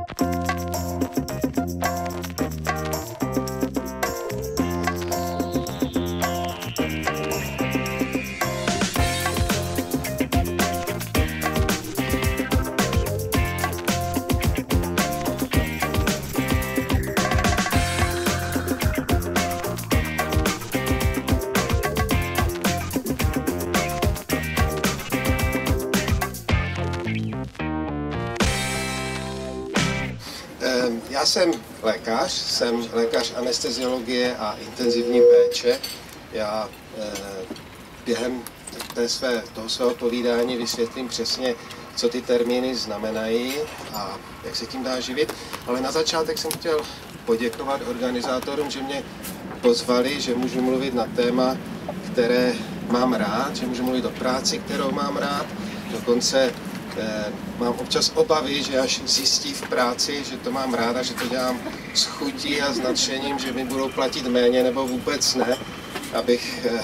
Já jsem lékař anesteziologie a intenzivní péče. Já během toho svého povídání vysvětlím přesně, co ty termíny znamenají a jak se tím dá živit. Ale na začátek jsem chtěl poděkovat organizátorům, že mě pozvali, že můžu mluvit na téma, které mám rád, že můžu mluvit o práci, kterou mám rád. Dokonce mám občas obavy, že až zjistí v práci, že to mám rád a že to dělám s chutí a s nadšením, že mi budou platit méně nebo vůbec ne, aby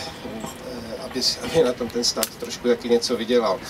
na tom ten stát trošku taky něco vydělal.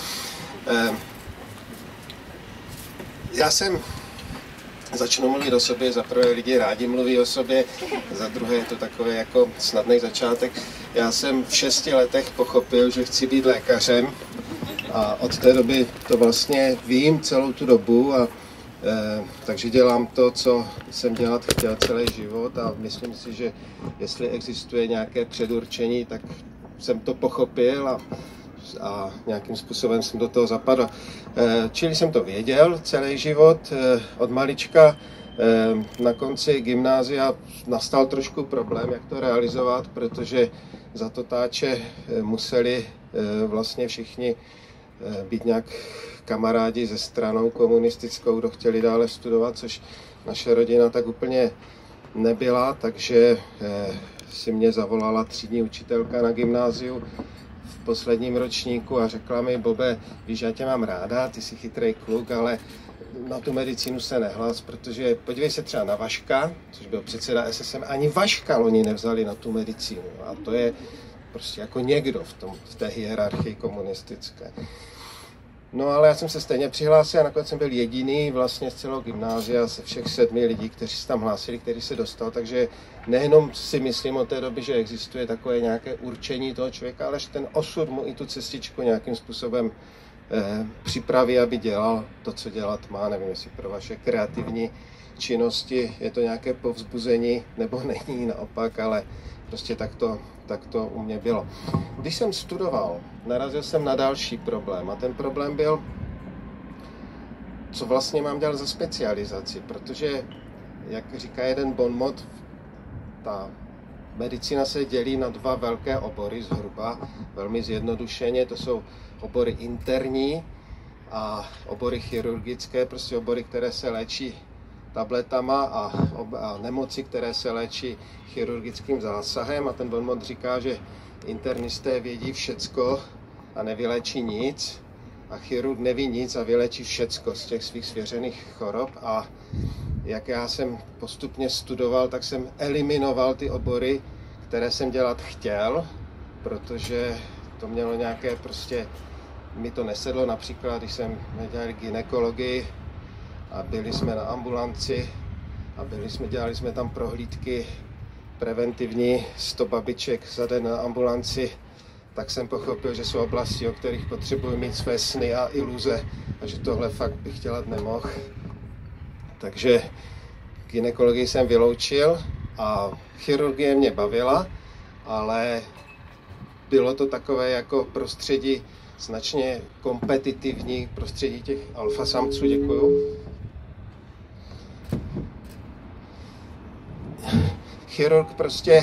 Začnu mluvit o sobě, za prvé lidi rádi mluví o sobě, za druhé je to takový jako snadný začátek. Já jsem v 6 letech pochopil, že chci být lékařem a od té doby to vlastně vím celou tu dobu takže dělám to, co jsem dělat chtěl celý život a myslím si, že jestli existuje nějaké předurčení, tak jsem to pochopil a nějakým způsobem jsem do toho zapadl. Čili jsem to věděl celý život od malička. Na konci gymnázia nastal trošku problém, jak to realizovat, protože za totáče museli vlastně všichni být nějak kamarádi ze stranou komunistickou, kdo chtěli dále studovat, což naše rodina tak úplně nebyla, takže si mě zavolala třídní učitelka na gymnáziu v posledním ročníku a řekla mi: Bobe, víš, já tě mám ráda, ty jsi chytrý kluk, ale na tu medicínu se nehlas, protože podívej se třeba na Vaška, což byl předseda SSM, ani Vaška loni nevzali na tu medicínu a to je prostě jako někdo v té hierarchii komunistické. No ale já jsem se stejně přihlásil a nakonec jsem byl jediný vlastně z celého gymnázia, ze všech 7 lidí, kteří se tam hlásili, který se dostal, takže nejenom si myslím od té doby, že existuje takové nějaké určení toho člověka, ale že ten osud mu i tu cestičku nějakým způsobem připraví, aby dělal to, co dělat má. Nevím, jestli pro vaše kreativní činnosti je to nějaké povzbuzení, nebo není naopak, ale prostě tak to u mě bylo. Když jsem studoval, narazil jsem na další problém a ten problém byl, co vlastně mám dělat za specializaci, protože, jak říká jeden bonmot, ta medicína se dělí na 2 velké obory zhruba, velmi zjednodušeně, to jsou obory interní a obory chirurgické, prostě obory, které se léčí tabletama a nemoci, které se léčí chirurgickým zásahem. A ten bonmot říká, že internisté vědí všecko a nevyléčí nic a chirurg neví nic a vyléčí všecko z těch svých svěřených chorob. A jak já jsem postupně studoval, tak jsem eliminoval ty obory, které jsem dělat chtěl, protože to mělo nějaké prostě, mi to nesedlo. Například, když jsem dělal gynekologii a byli jsme na ambulanci a dělali jsme tam prohlídky preventivní, 100 babiček za den na ambulanci, tak jsem pochopil, že jsou oblasti, o kterých potřebuji mít své sny a iluze a že tohle fakt bych dělat nemohl. Takže gynekologii jsem vyloučil a chirurgie mě bavila, ale bylo to takové jako prostředí značně kompetitivní, prostředí těch alfasamců. Děkuju. Chirurg prostě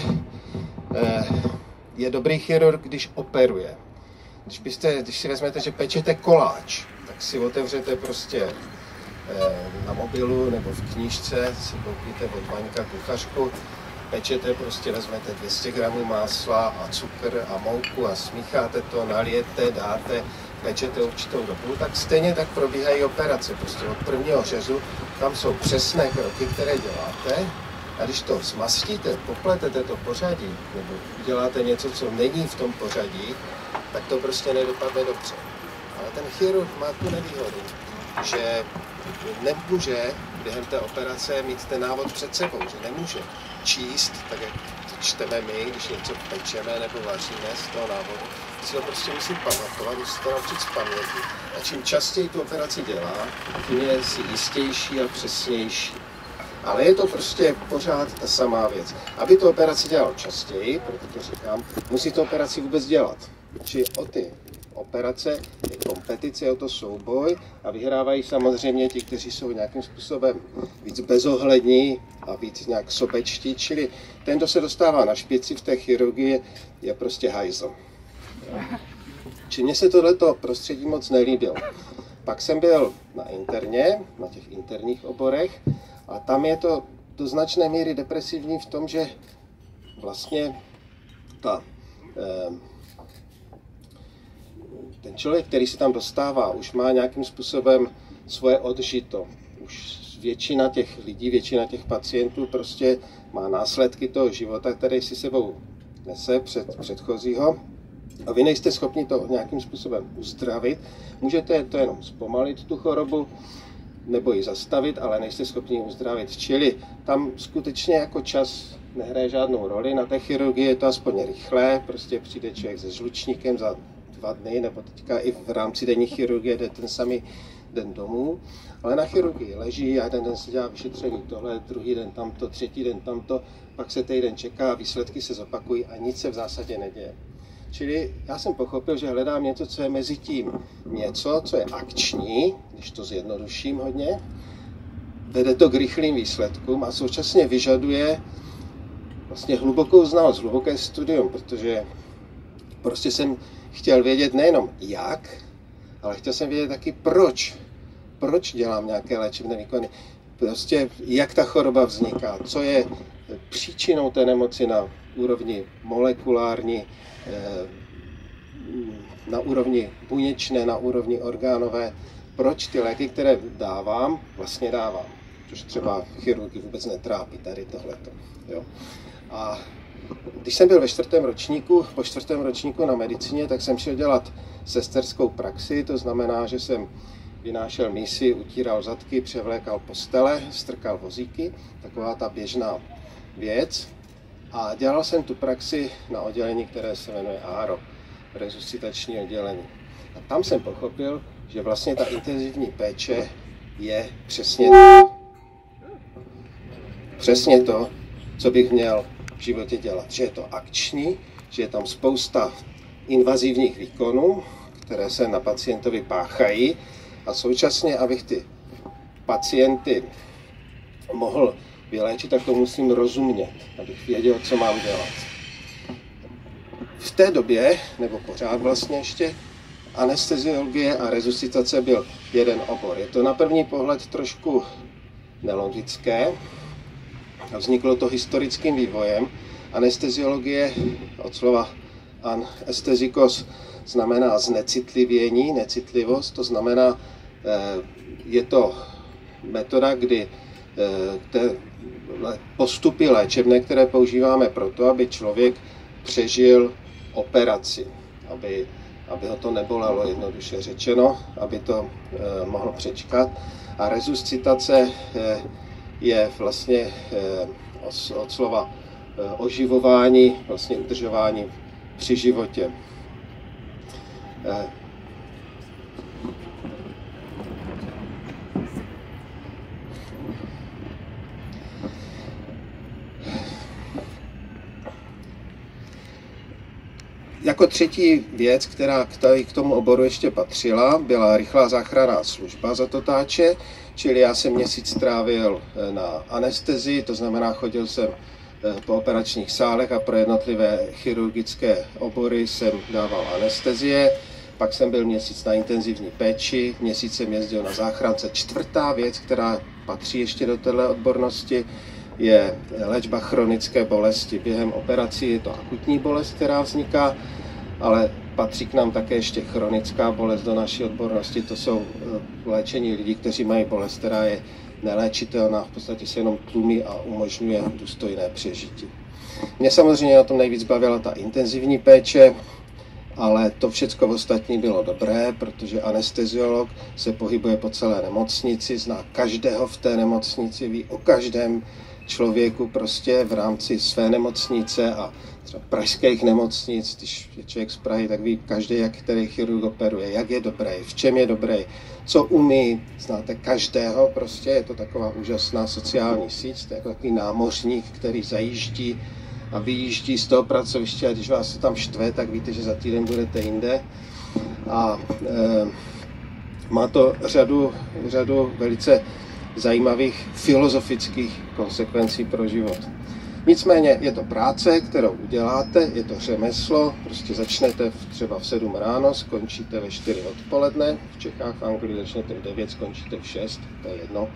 je dobrý chirurg, když operuje. Když si vezmete, že pečete koláč, tak si otevřete prostě na mobilu nebo v knížce, si koupíte od Vaňka kuchařku, pečete, prostě vezmete 200 gramů másla a cukr a mouku a smícháte to, nalijete, dáte, pečete určitou dobu, tak stejně tak probíhají operace. Prostě od prvního řezu tam jsou přesné kroky, které děláte. A když to zmastíte, popletete to pořadí, nebo uděláte něco, co není v tom pořadí, tak to prostě nedopadne dobře. Ale ten chirurg má tu nevýhodu, že nemůže během té operace mít ten návod před sebou, že nemůže číst, tak jak čteme my, když něco pečeme nebo vaříme z toho návodu, si to prostě musí pamatovat, musí to naučit z paměti. A čím častěji tu operaci dělá, tím je si jistější a přesnější. Ale je to prostě pořád ta samá věc. Aby tu operaci dělal častěji, proto to říkám, musí tu operaci vůbec dělat. Čili o ty operace je kompetice, o to souboj a vyhrávají samozřejmě ti, kteří jsou nějakým způsobem víc bezohlední a víc nějak sobečtí, čili ten, kdo se dostává na špici v té chirurgii, je prostě hajzl. Čili mně se tohleto prostředí moc nelíbilo. Pak jsem byl na interně, na těch interních oborech, a tam je to do značné míry depresivní v tom, že vlastně ten člověk, který se tam dostává, už má nějakým způsobem svoje odžito. Už většina těch lidí, většina těch pacientů prostě má následky toho života, který si sebou nese předchozího. A vy nejste schopni to nějakým způsobem uzdravit. Můžete to jenom zpomalit, tu chorobu, nebo ji zastavit, ale nejste schopni ji uzdravit. Čili tam skutečně jako čas nehraje žádnou roli. Na té chirurgii je to aspoň rychlé, prostě přijde člověk se žlučníkem za 2 dny, nebo teďka i v rámci denní chirurgie jde ten samý den domů. Ale na chirurgii leží a jeden den se dělá vyšetření tohle, druhý den tamto, třetí den tamto, pak se týden čeká, výsledky se zopakují a nic se v zásadě neděje. Čili já jsem pochopil, že hledám něco, co je mezi tím něco, co je akční, když to zjednoduším hodně, vede to k rychlým výsledkům a současně vyžaduje vlastně hlubokou znalost, hluboké studium, protože prostě jsem chtěl vědět nejenom jak, ale chtěl jsem vědět taky proč. Proč dělám nějaké léčebné výkony. Prostě jak ta choroba vzniká, co je příčinou té nemoci na úrovni molekulární, na úrovni buněčné, na úrovni orgánové, proč ty léky, které dávám, vlastně dávám. Což třeba chirurgy vůbec netrápí tady tohleto. Jo. A když jsem byl ve 4. ročníku, po 4. ročníku na medicíně, tak jsem šel dělat sesterskou praxi, to znamená, že jsem vynášel mísy, utíral zadky, převlékal postele, strkal vozíky, taková ta běžná věc. A dělal jsem tu praxi na oddělení, které se jmenuje ARO, resuscitační oddělení. A tam jsem pochopil, že vlastně ta intenzivní péče je přesně to, co bych měl v životě dělat. Že je to akční, že je tam spousta invazivních výkonů, které se na pacientovi páchají a současně, abych ty pacienty mohl vyléčit, tak to musím rozumět, abych věděl, co mám dělat. V té době, nebo pořád vlastně ještě, anesteziologie a resuscitace byl jeden obor. Je to na první pohled trošku nelogické a vzniklo to historickým vývojem. Anesteziologie od slova anestezikos znamená znecitlivění, necitlivost, to znamená, je to metoda, kdy postupy léčebné, které používáme proto, aby člověk přežil operaci, aby ho to nebolelo, jednoduše řečeno, aby to mohl přečkat. A resuscitace je vlastně od slova oživování, vlastně udržování při životě. Jako třetí věc, která k tomu oboru ještě patřila, byla rychlá záchranná služba za Totáče, čili já jsem měsíc strávil na anestezii, to znamená, chodil jsem po operačních sálech a pro jednotlivé chirurgické obory jsem dával anestezie, pak jsem byl měsíc na intenzivní péči, měsíc jsem jezdil na záchrance. Čtvrtá věc, která patří ještě do této odbornosti, je léčba chronické bolesti. Během operací je to akutní bolest, která vzniká, ale patří k nám také ještě chronická bolest do naší odbornosti. To jsou léčení lidí, kteří mají bolest, která je neléčitelná, v podstatě se jenom tlumí a umožňuje důstojné přežití. Mě samozřejmě na tom nejvíc bavila ta intenzivní péče. ale to všechno ostatní bylo dobré, protože anesteziolog se pohybuje po celé nemocnici, zná každého v té nemocnici, ví o každém člověku prostě v rámci své nemocnice a třeba pražských nemocnic, když je člověk z Prahy, tak ví každý, jak který chirurg operuje, jak je dobrý, v čem je dobrý, co umí, znáte každého, prostě je to taková úžasná sociální síť, to je jako takový námořník, který zajíždí a vyjíždí z toho pracoviště a když vás se tam štve, tak víte, že za týden budete jinde. A má to řadu velice zajímavých filozofických konsekvencí pro život. Nicméně je to práce, kterou uděláte, je to řemeslo, prostě začnete třeba v 7 ráno, skončíte ve 4 odpoledne, v Čechách, v Anglii začnete v 9, skončíte v 6, to je jedno.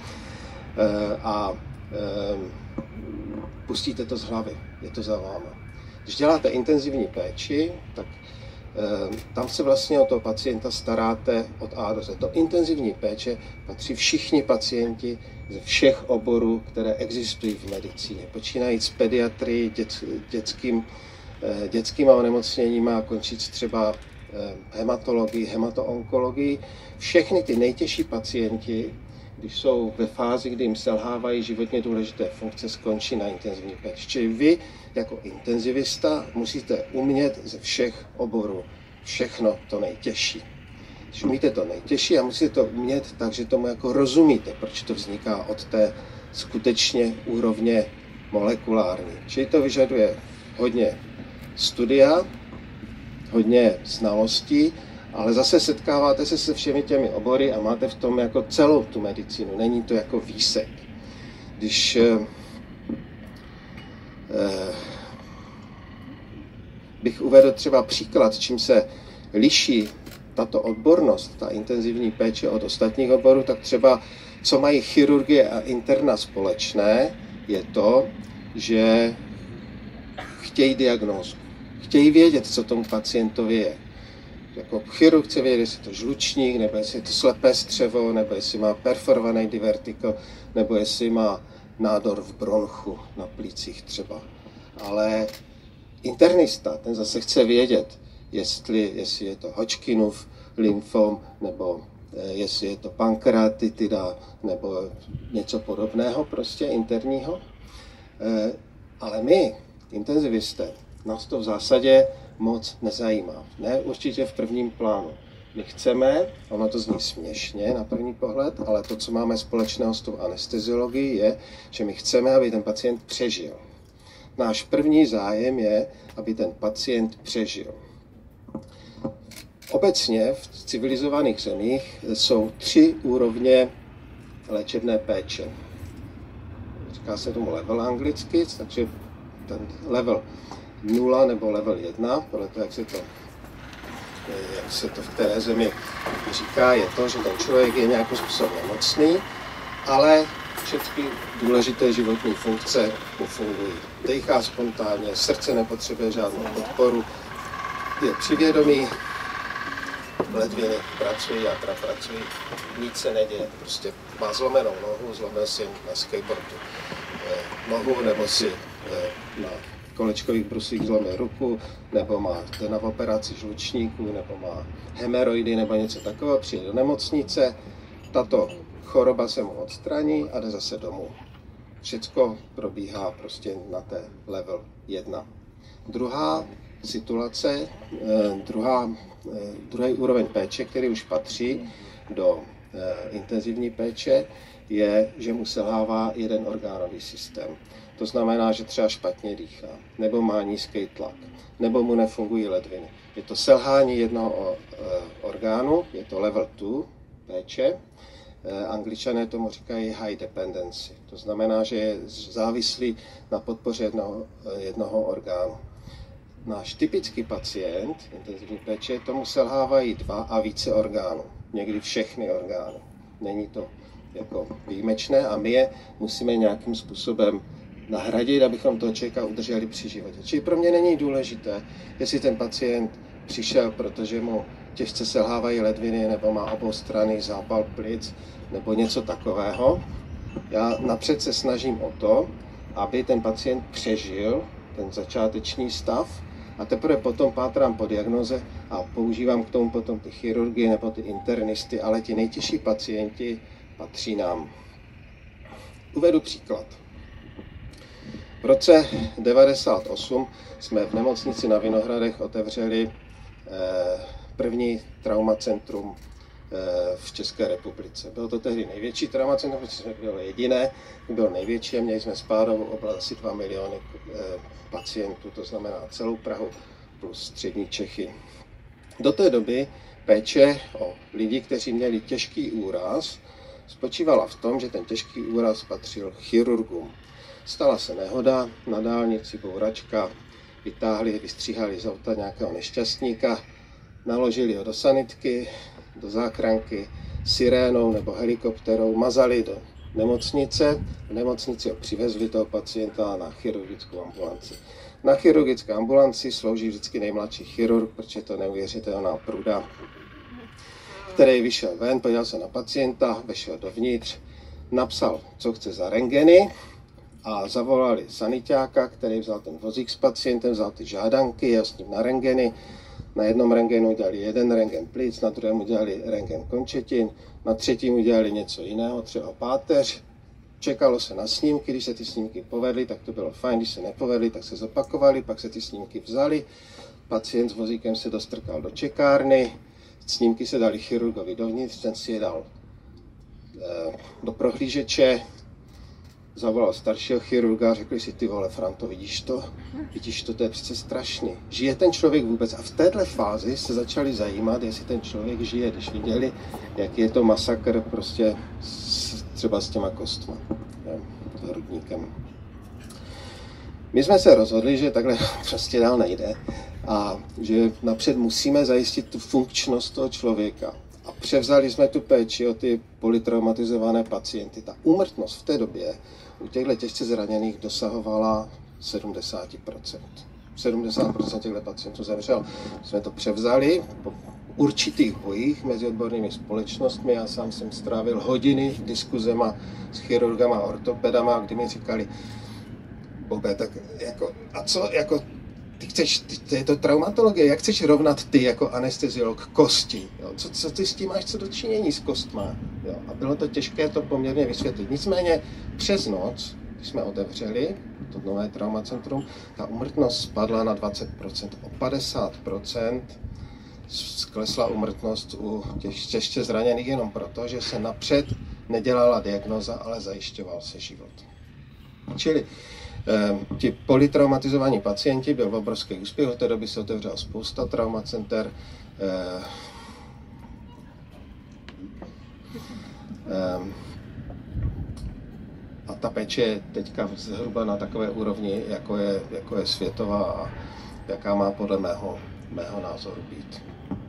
Pustíte to z hlavy, je to za váma. Když děláte intenzivní péči, tak tam se vlastně o toho pacienta staráte od A do Z. Do intenzivní péče patří všichni pacienti ze všech oborů, které existují v medicíně. Počínajíc pediatrii, dětskýma onemocněníma a končíc třeba hematologii, hematoonkologií. Všechny ty nejtěžší pacienti, když jsou ve fázi, kdy jim selhávají životně důležité funkce, skončí na intenzivní péči. Čili vy jako intenzivista musíte umět ze všech oborů všechno to nejtěžší. Když umíte to nejtěžší a musíte to umět tak, že tomu jako rozumíte, proč to vzniká od té skutečně úrovně molekulární. Čili to vyžaduje hodně studia, hodně znalostí, ale zase setkáváte se se všemi těmi obory a máte v tom jako celou tu medicínu. Není to jako výsek. Když bych uvedl třeba příklad, čím se liší tato odbornost, ta intenzivní péče od ostatních oborů, tak třeba co mají chirurgie a interna společné, je to, že chtějí diagnózu. Chtějí vědět, co tomu pacientovi je. Jako chirurg chce vědět, jestli je to žlučník, nebo jestli je to slepé střevo, nebo jestli má perforovaný divertikl, nebo jestli má nádor v bronchu na plících třeba. Ale internista, ten zase chce vědět, jestli je to Hodgkinův lymfom, nebo jestli je to pankreatitida, nebo něco podobného prostě interního. Ale my, intenzivisté, nás to v zásadě moc nezajímá. Ne určitě v prvním plánu. My chceme, ono to zní směšně na první pohled, ale to, co máme společného s tou anesteziologií, je, že my chceme, aby ten pacient přežil. Náš první zájem je, aby ten pacient přežil. Obecně v civilizovaných zemích jsou 3 úrovně léčebné péče. Říká se tomu level anglicky, takže ten level 0 nebo level 1, podle toho, jak se to v které zemi říká, je to, že ten člověk je nějakým způsobem nemocný, ale všechny důležité životní funkce mu fungují. Dejchá spontánně, srdce nepotřebuje žádnou podporu, je při vědomí, ledviny pracují, játra pracují, nic se neděje. Prostě má zlomenou nohu, zlomil si na skateboardu nohu, nebo si na kolečkových bruslích zlomil ruku, nebo má na operaci žlučníků, nebo má hemeroidy, nebo něco takového, přijde do nemocnice, tato choroba se mu odstraní a jde zase domů. Všecko probíhá prostě na té level 1. Druhá situace, druhý úroveň péče, který už patří do intenzivní péče, je, že mu selhává jeden orgánový systém. To znamená, že třeba špatně dýchá, nebo má nízký tlak, nebo mu nefungují ledviny. Je to selhání jednoho orgánu, je to level 2 péče. Angličané tomu říkají high dependency. To znamená, že je závislý na podpoře jednoho orgánu. Náš typický pacient intenzivní péče, tomu selhávají 2 a více orgánů. Někdy všechny orgány. Není to jako výjimečné a my je musíme nějakým způsobem nahradit, abychom toho člověka udrželi při životě. Čili pro mě není důležité, jestli ten pacient přišel, protože mu těžce selhávají ledviny, nebo má oboustranný zápal plic, nebo něco takového. Já napřed se snažím o to, aby ten pacient přežil ten začáteční stav A teprve potom pátrám po diagnoze a používám k tomu potom ty chirurgy nebo ty internisty, ale ti nejtěžší pacienti patří nám. Uvedu příklad. V roce 1998 jsme v nemocnici na Vinohradech otevřeli první traumacentrum v České republice. Bylo to tehdy největší traumacentrum, protože jsme bylo jediné, bylo největší a měli jsme spádovou oblast asi 2 miliony pacientů, to znamená celou Prahu plus střední Čechy. Do té doby péče o lidi, kteří měli těžký úraz, spočívala v tom, že ten těžký úraz patřil chirurgům. Stala se nehoda na dálnici, bouračka, vystříhali z auta nějakého nešťastníka, naložili ho do sanitky, do záchranky, sirénou nebo helikopterou, mazali do nemocnice. V nemocnici ho přivezli toho pacienta na chirurgickou ambulanci. Na chirurgické ambulanci slouží vždycky nejmladší chirurg, protože je to neuvěřitelná pruda, který vyšel ven, podíval se na pacienta, vešel dovnitř, napsal, co chce za rentgeny a zavolali saniťáka, který vzal ten vozík s pacientem, vzal ty žádanky, jel s ním na rentgeny. Na jednom rentgenu udělali jeden rentgen plic, na druhém udělali rentgen končetin, na třetím udělali něco jiného, třeba páteř. Čekalo se na snímky, když se ty snímky povedly, tak to bylo fajn, když se nepovedly, tak se zopakovaly, pak se ty snímky vzaly. Pacient s vozíkem se dostrkal do čekárny, snímky se dali chirurgovi dovnitř, ten si je dal do prohlížeče, zavolal staršího chirurga a řekli si, ty vole, Franto, vidíš to, to je přece strašný. Žije ten člověk vůbec? A v této fázi se začali zajímat, jestli ten člověk žije, když viděli, jaký je to masakr prostě třeba s těma kostma, s hrudníkem. My jsme se rozhodli, že takhle prostě dál nejde a že napřed musíme zajistit tu funkčnost toho člověka. A převzali jsme tu péči o ty polytraumatizované pacienty. Ta úmrtnost v té době u těchto těžce zraněných dosahovala 70%. 70% těchto pacientů zemřel. Jsme to převzali po určitých bojích mezi odbornými společnostmi. Já sám jsem strávil hodiny diskuzema s chirurgama a ortopedama, kdy mi říkali, Bobe, tak jako, a co, jako, to je to traumatologie, jak chceš rovnat ty jako anesteziolog kosti? Jo? Co ty s tím máš co dočinění s kostma? Jo? A bylo to těžké to poměrně vysvětlit. Nicméně přes noc, když jsme otevřeli to nové traumacentrum, ta úmrtnost spadla na 20%. O 50% sklesla úmrtnost u těch těžce zraněných jenom proto, že se napřed nedělala diagnoza, ale zajišťoval se život. Čili ti polytraumatizovaní pacienti byl obrovský úspěch, od té doby se otevřela spousta traumacenter. A ta péče je teďka zhruba na takové úrovni, jako je světová a jaká má podle mého názoru být.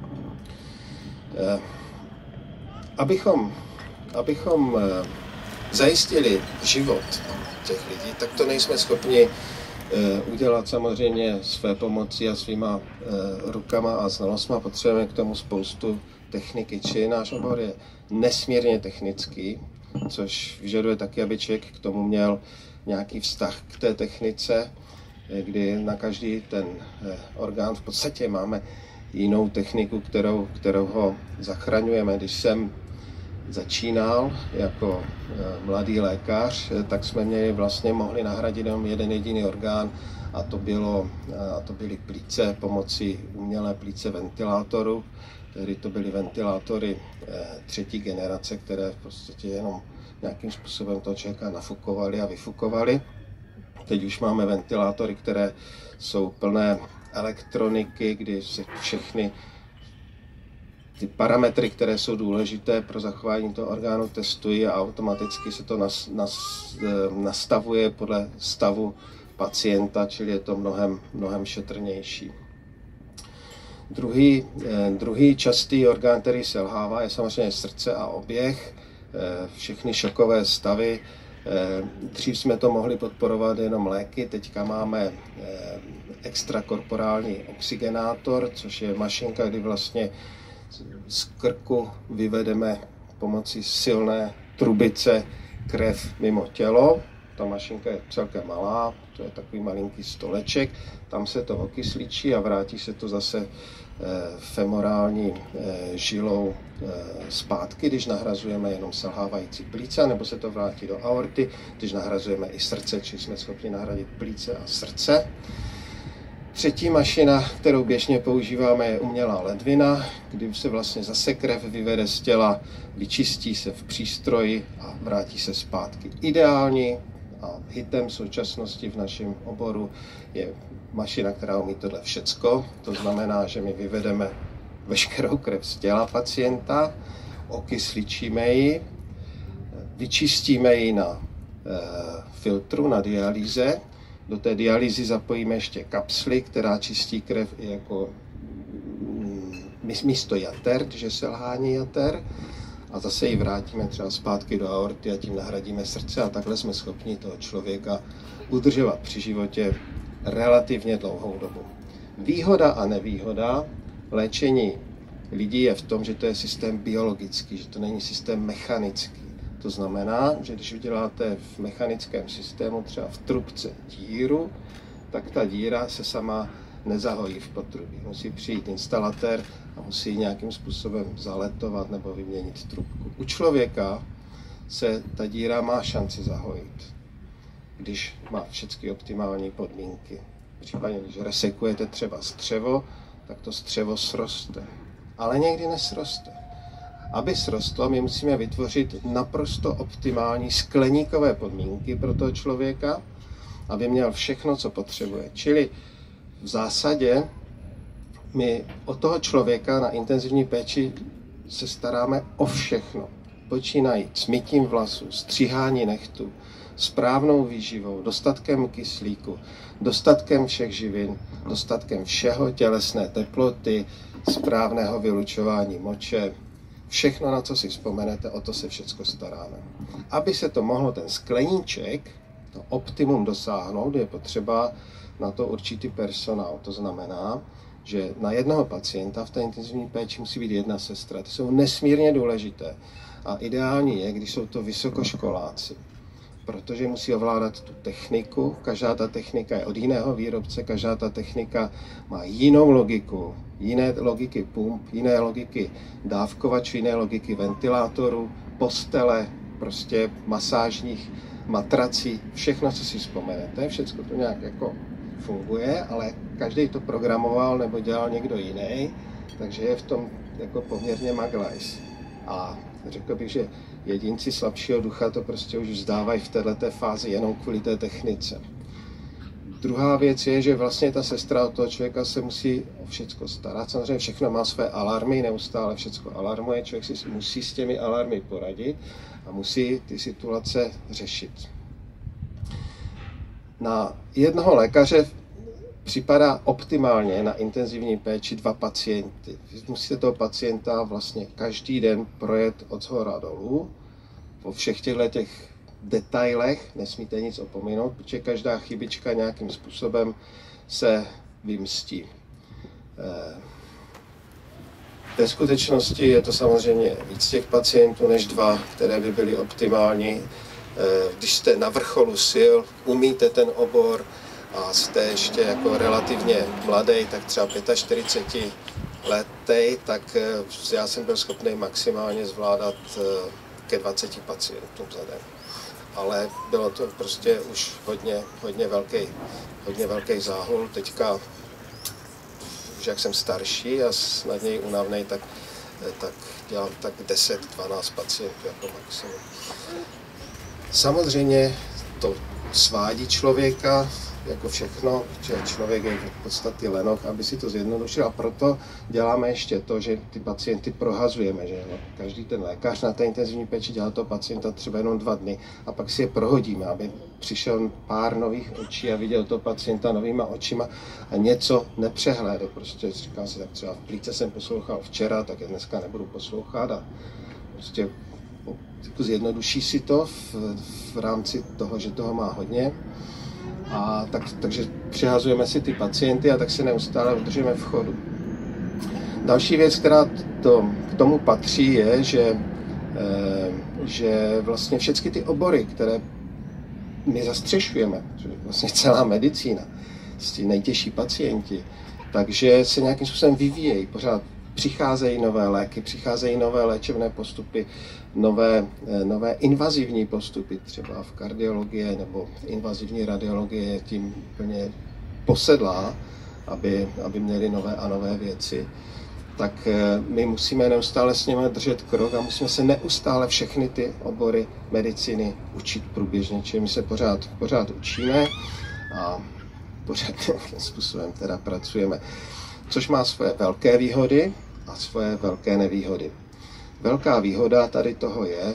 Abychom zajistili život těch lidí, tak to nejsme schopni udělat samozřejmě své pomocí a svýma rukama a znalostma. Potřebujeme k tomu spoustu techniky, či náš obor je nesmírně technický, což vyžaduje taky, aby člověk k tomu měl nějaký vztah k té technice, kdy na každý ten orgán v podstatě máme jinou techniku, kterou ho zachraňujeme. Když jsem začínal jako mladý lékař, tak jsme mohli nahradit jenom jeden jediný orgán a to byly plíce pomocí umělé plíce ventilátoru. Tehdy to byly ventilátory třetí generace, které v podstatě jenom nějakým způsobem toho člověka nafukovaly a vyfukovaly. Teď už máme ventilátory, které jsou plné elektroniky, kdy se všechny ty parametry, které jsou důležité pro zachování toho orgánu, testují a automaticky se to nastavuje podle stavu pacienta, čili je to mnohem šetrnější. Druhý častý orgán, který selhává, je samozřejmě srdce a oběh, všechny šokové stavy. Dřív jsme to mohli podporovat jenom léky, teďka máme extrakorporální oxygenátor, což je mašinka, kdy vlastně z krku vyvedeme pomocí silné trubice krev mimo tělo. ta mašinka je celkem malá, to je takový malinký stoleček, tam se to okysličí a vrátí se to zase femorální žilou zpátky, když nahrazujeme jenom selhávající plíce, nebo se to vrátí do aorty, když nahrazujeme i srdce, či jsme schopni nahradit plíce a srdce. Třetí mašina, kterou běžně používáme, je umělá ledvina, kdy se vlastně zase krev vyvede z těla, vyčistí se v přístroji a vrátí se zpátky. Ideální a hitem v současnosti v našem oboru je mašina, která umí tohle všecko. To znamená, že my vyvedeme veškerou krev z těla pacienta, okysličíme ji, vyčistíme ji na filtru, na dialýze. Do té dialýzy zapojíme ještě kapsly, která čistí krev i jako místo jater, když je selhání jater. A zase ji vrátíme třeba zpátky do aorty a tím nahradíme srdce a takhle jsme schopni toho člověka udržovat při životě relativně dlouhou dobu. Výhoda a nevýhoda léčení lidí je v tom, že to je systém biologický, že to není systém mechanický. To znamená, že když uděláte v mechanickém systému třeba v trubce díru, tak ta díra se sama nezahojí v potrubí. Musí přijít instalatér a musí ji nějakým způsobem zaletovat nebo vyměnit trubku. U člověka se ta díra má šanci zahojit, když má všechny optimální podmínky. Případně, když resekujete třeba střevo, tak to střevo sroste. Ale někdy nesroste. Aby srostlo, my musíme vytvořit naprosto optimální skleníkové podmínky pro toho člověka, aby měl všechno, co potřebuje. Čili v zásadě my od toho člověka na intenzivní péči se staráme o všechno. Počínají s mytím vlasů, stříhání nechtů, správnou výživou, dostatkem kyslíku, dostatkem všech živin, dostatkem všeho tělesné teploty, správného vylučování moče. Všechno, na co si vzpomenete, o to se všechno staráme. Aby se to mohlo ten skleníček, to optimum dosáhnout, je potřeba na to určitý personál. To znamená, že na jednoho pacienta v té intenzivní péči musí být jedna sestra. Ty jsou nesmírně důležité. A ideální je, když jsou to vysokoškoláci, protože musí ovládat tu techniku. Každá ta technika je od jiného výrobce, každá ta technika má jinou logiku, jiné logiky pump, jiné logiky dávkovačů, jiné logiky ventilátorů, postele, prostě masážních matrací, všechno, co si vzpomenete, všechno to nějak jako funguje, ale každý to programoval nebo dělal někdo jiný, takže je v tom jako poměrně maglajs. A řekl bych, že jedinci slabšího ducha to prostě už vzdávají v této fázi jenom kvůli té technice. Druhá věc je, že vlastně ta sestra od toho člověka se musí o všecko starat. Samozřejmě všechno má své alarmy, neustále všecko alarmuje, člověk si musí s těmi alarmy poradit a musí ty situace řešit. Na jednoho lékaře připadá optimálně na intenzivní péči 2 pacienty. Musíte toho pacienta vlastně každý den projet od shora dolů. Po všech těch detailech nesmíte nic opominout, protože každá chybička nějakým způsobem se vymstí. Ve skutečnosti je to samozřejmě víc těch pacientů než 2, které by byly optimální. Když jste na vrcholu sil, umíte ten obor, a jste ještě jako relativně mladý, tak třeba 45 letej, tak já jsem byl schopný maximálně zvládat ke 20 pacientům za den. Ale bylo to prostě už hodně velký záhul. Teďka, už jak jsem starší a snadněji únavnej, tak dělám tak 10-12 pacientů jako maximum. Samozřejmě to svádí člověka, jako všechno, že člověk je v podstatě lenoch, aby si to zjednodušil, a proto děláme ještě to, že ty pacienty prohazujeme, že no, každý ten lékař na té intenzivní péči dělá toho pacienta třeba jenom 2 dny a pak si je prohodíme, aby přišel pár nových očí a viděl toho pacienta novýma očima a něco nepřehlédl. Prostě říkám si, tak třeba v plíce jsem poslouchal včera, tak je dneska nebudu poslouchat a prostě zjednoduší si to v rámci toho, že toho má hodně. A takže přihazujeme si ty pacienty a tak se neustále udržíme v chodu. Další věc, která k tomu patří, je, že vlastně všechny ty obory, které my zastřešujeme, že vlastně celá medicína, ti nejtěžší pacienti, takže se nějakým způsobem vyvíjejí, pořád přicházejí nové léky, přicházejí nové léčebné postupy, nové invazivní postupy, třeba v kardiologii nebo invazivní radiologie je tím úplně posedlá, aby měli nové a nové věci. Tak my musíme neustále s nimi držet krok a musíme se neustále všechny ty obory medicíny učit průběžně, čili my se pořád učíme a pořád nějakým způsobem teda pracujeme. Což má svoje velké výhody a svoje velké nevýhody. Velká výhoda tady toho je,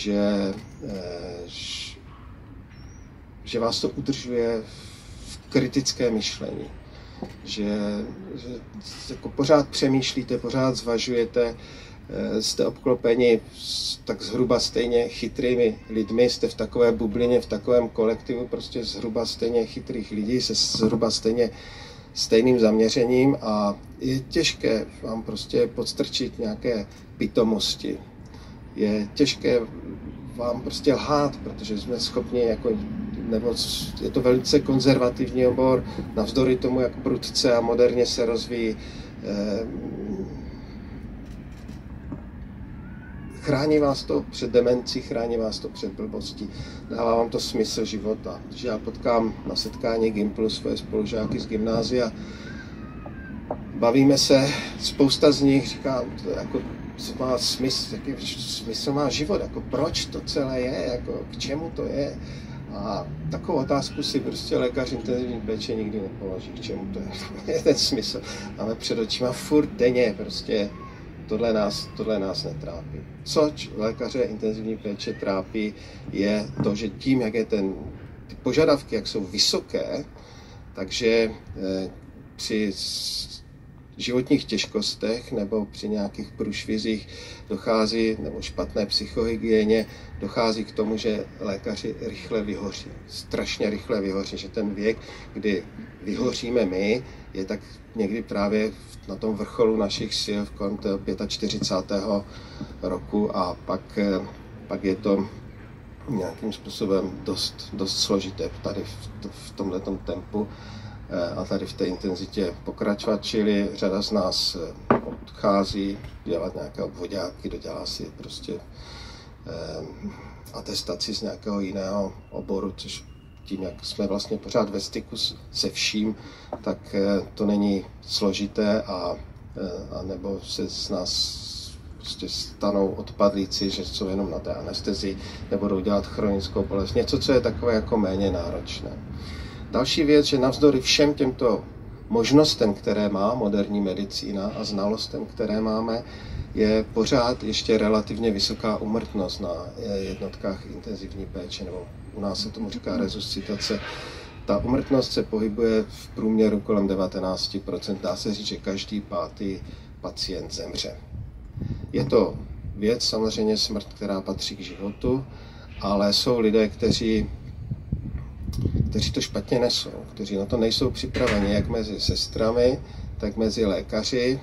že vás to udržuje v kritické myšlení. Že jako pořád přemýšlíte, pořád zvažujete, jste obklopeni tak zhruba stejně chytrými lidmi, jste v takové bublině, v takovém kolektivu prostě zhruba stejně chytrých lidí se zhruba stejným zaměřením a je těžké vám prostě podstrčit nějaké pitomosti. Je těžké vám prostě lhát, protože jsme schopni nebo je to velice konzervativní obor, navzdory tomu, jak prudce a moderně se rozvíjí. Chrání vás to před demencí, chrání vás to před blbostí, dává vám to smysl života. Když já potkám na setkání Gimplu svoje spolužáky z gymnázia, bavíme se, spousta z nich říká, jako, co má smysl, jaký smysl má život, jako proč to celé je, jako k čemu to je. A takovou otázku si prostě lékař intenzivní péče nikdy nepoloží, k čemu to je ten smysl. Máme před očima furt denně, prostě tohle nás netrápí. Co lékaře intenzivní péče trápí, je to, že tím, jak je ty požadavky, jak jsou vysoké, takže při životních těžkostech nebo při nějakých průšvizích dochází, nebo špatné psychohygieně, dochází k tomu, že lékaři rychle vyhoří. Strašně rychle vyhoří, že ten věk, kdy vyhoříme my, je tak někdy právě na tom vrcholu našich sil kolem 45. roku a pak je to nějakým způsobem dost složité tady v tomhletom tempu a tady v té intenzitě pokračovat, čili řada z nás odchází dělat nějaké obvoďáky, dodělá si prostě atestaci z nějakého jiného oboru, což tím, jak jsme vlastně pořád ve styku se vším, tak to není složité a nebo se z nás prostě stanou odpadlíci, že jsou jenom na té anestezii, nebudou dělat chronickou bolest. Něco, co je takové jako méně náročné. Další věc, že navzdory všem těmto možnostem, které má moderní medicína a znalostem, které máme, je pořád ještě relativně vysoká úmrtnost na jednotkách intenzivní péče, nebo u nás se tomu říká resuscitace. Ta úmrtnost se pohybuje v průměru kolem 19%. Dá se říct, že každý pátý pacient zemře. Je to věc, samozřejmě smrt, která patří k životu, ale jsou lidé, kteří to špatně nesou, kteří na to nejsou připraveni, jak mezi sestrami, tak mezi lékaři,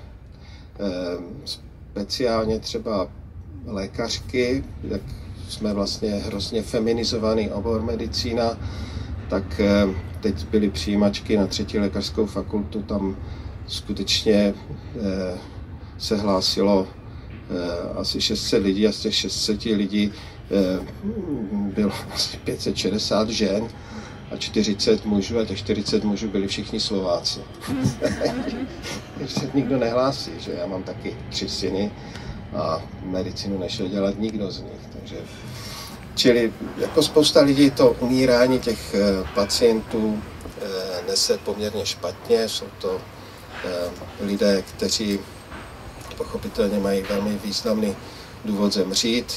speciálně třeba lékařky, jak jsme vlastně hrozně feminizovaný obor medicína, tak teď byly přijímačky na 3. lékařskou fakultu, tam skutečně se hlásilo asi 600 lidí a z těch 600 lidí bylo asi 560 žen a 40 mužů a těch 40 mužů byli všichni Slováci. Takže se nikdo nehlásí, že já mám taky 3 syny a medicínu nešel dělat nikdo z nich. Takže, čili jako spousta lidí to umírání těch pacientů nese poměrně špatně. Jsou to lidé, kteří pochopitelně mají velmi významný důvod zemřít,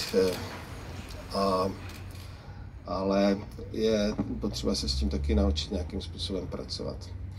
ale je potřeba se s tím taky naučit nějakým způsobem pracovat.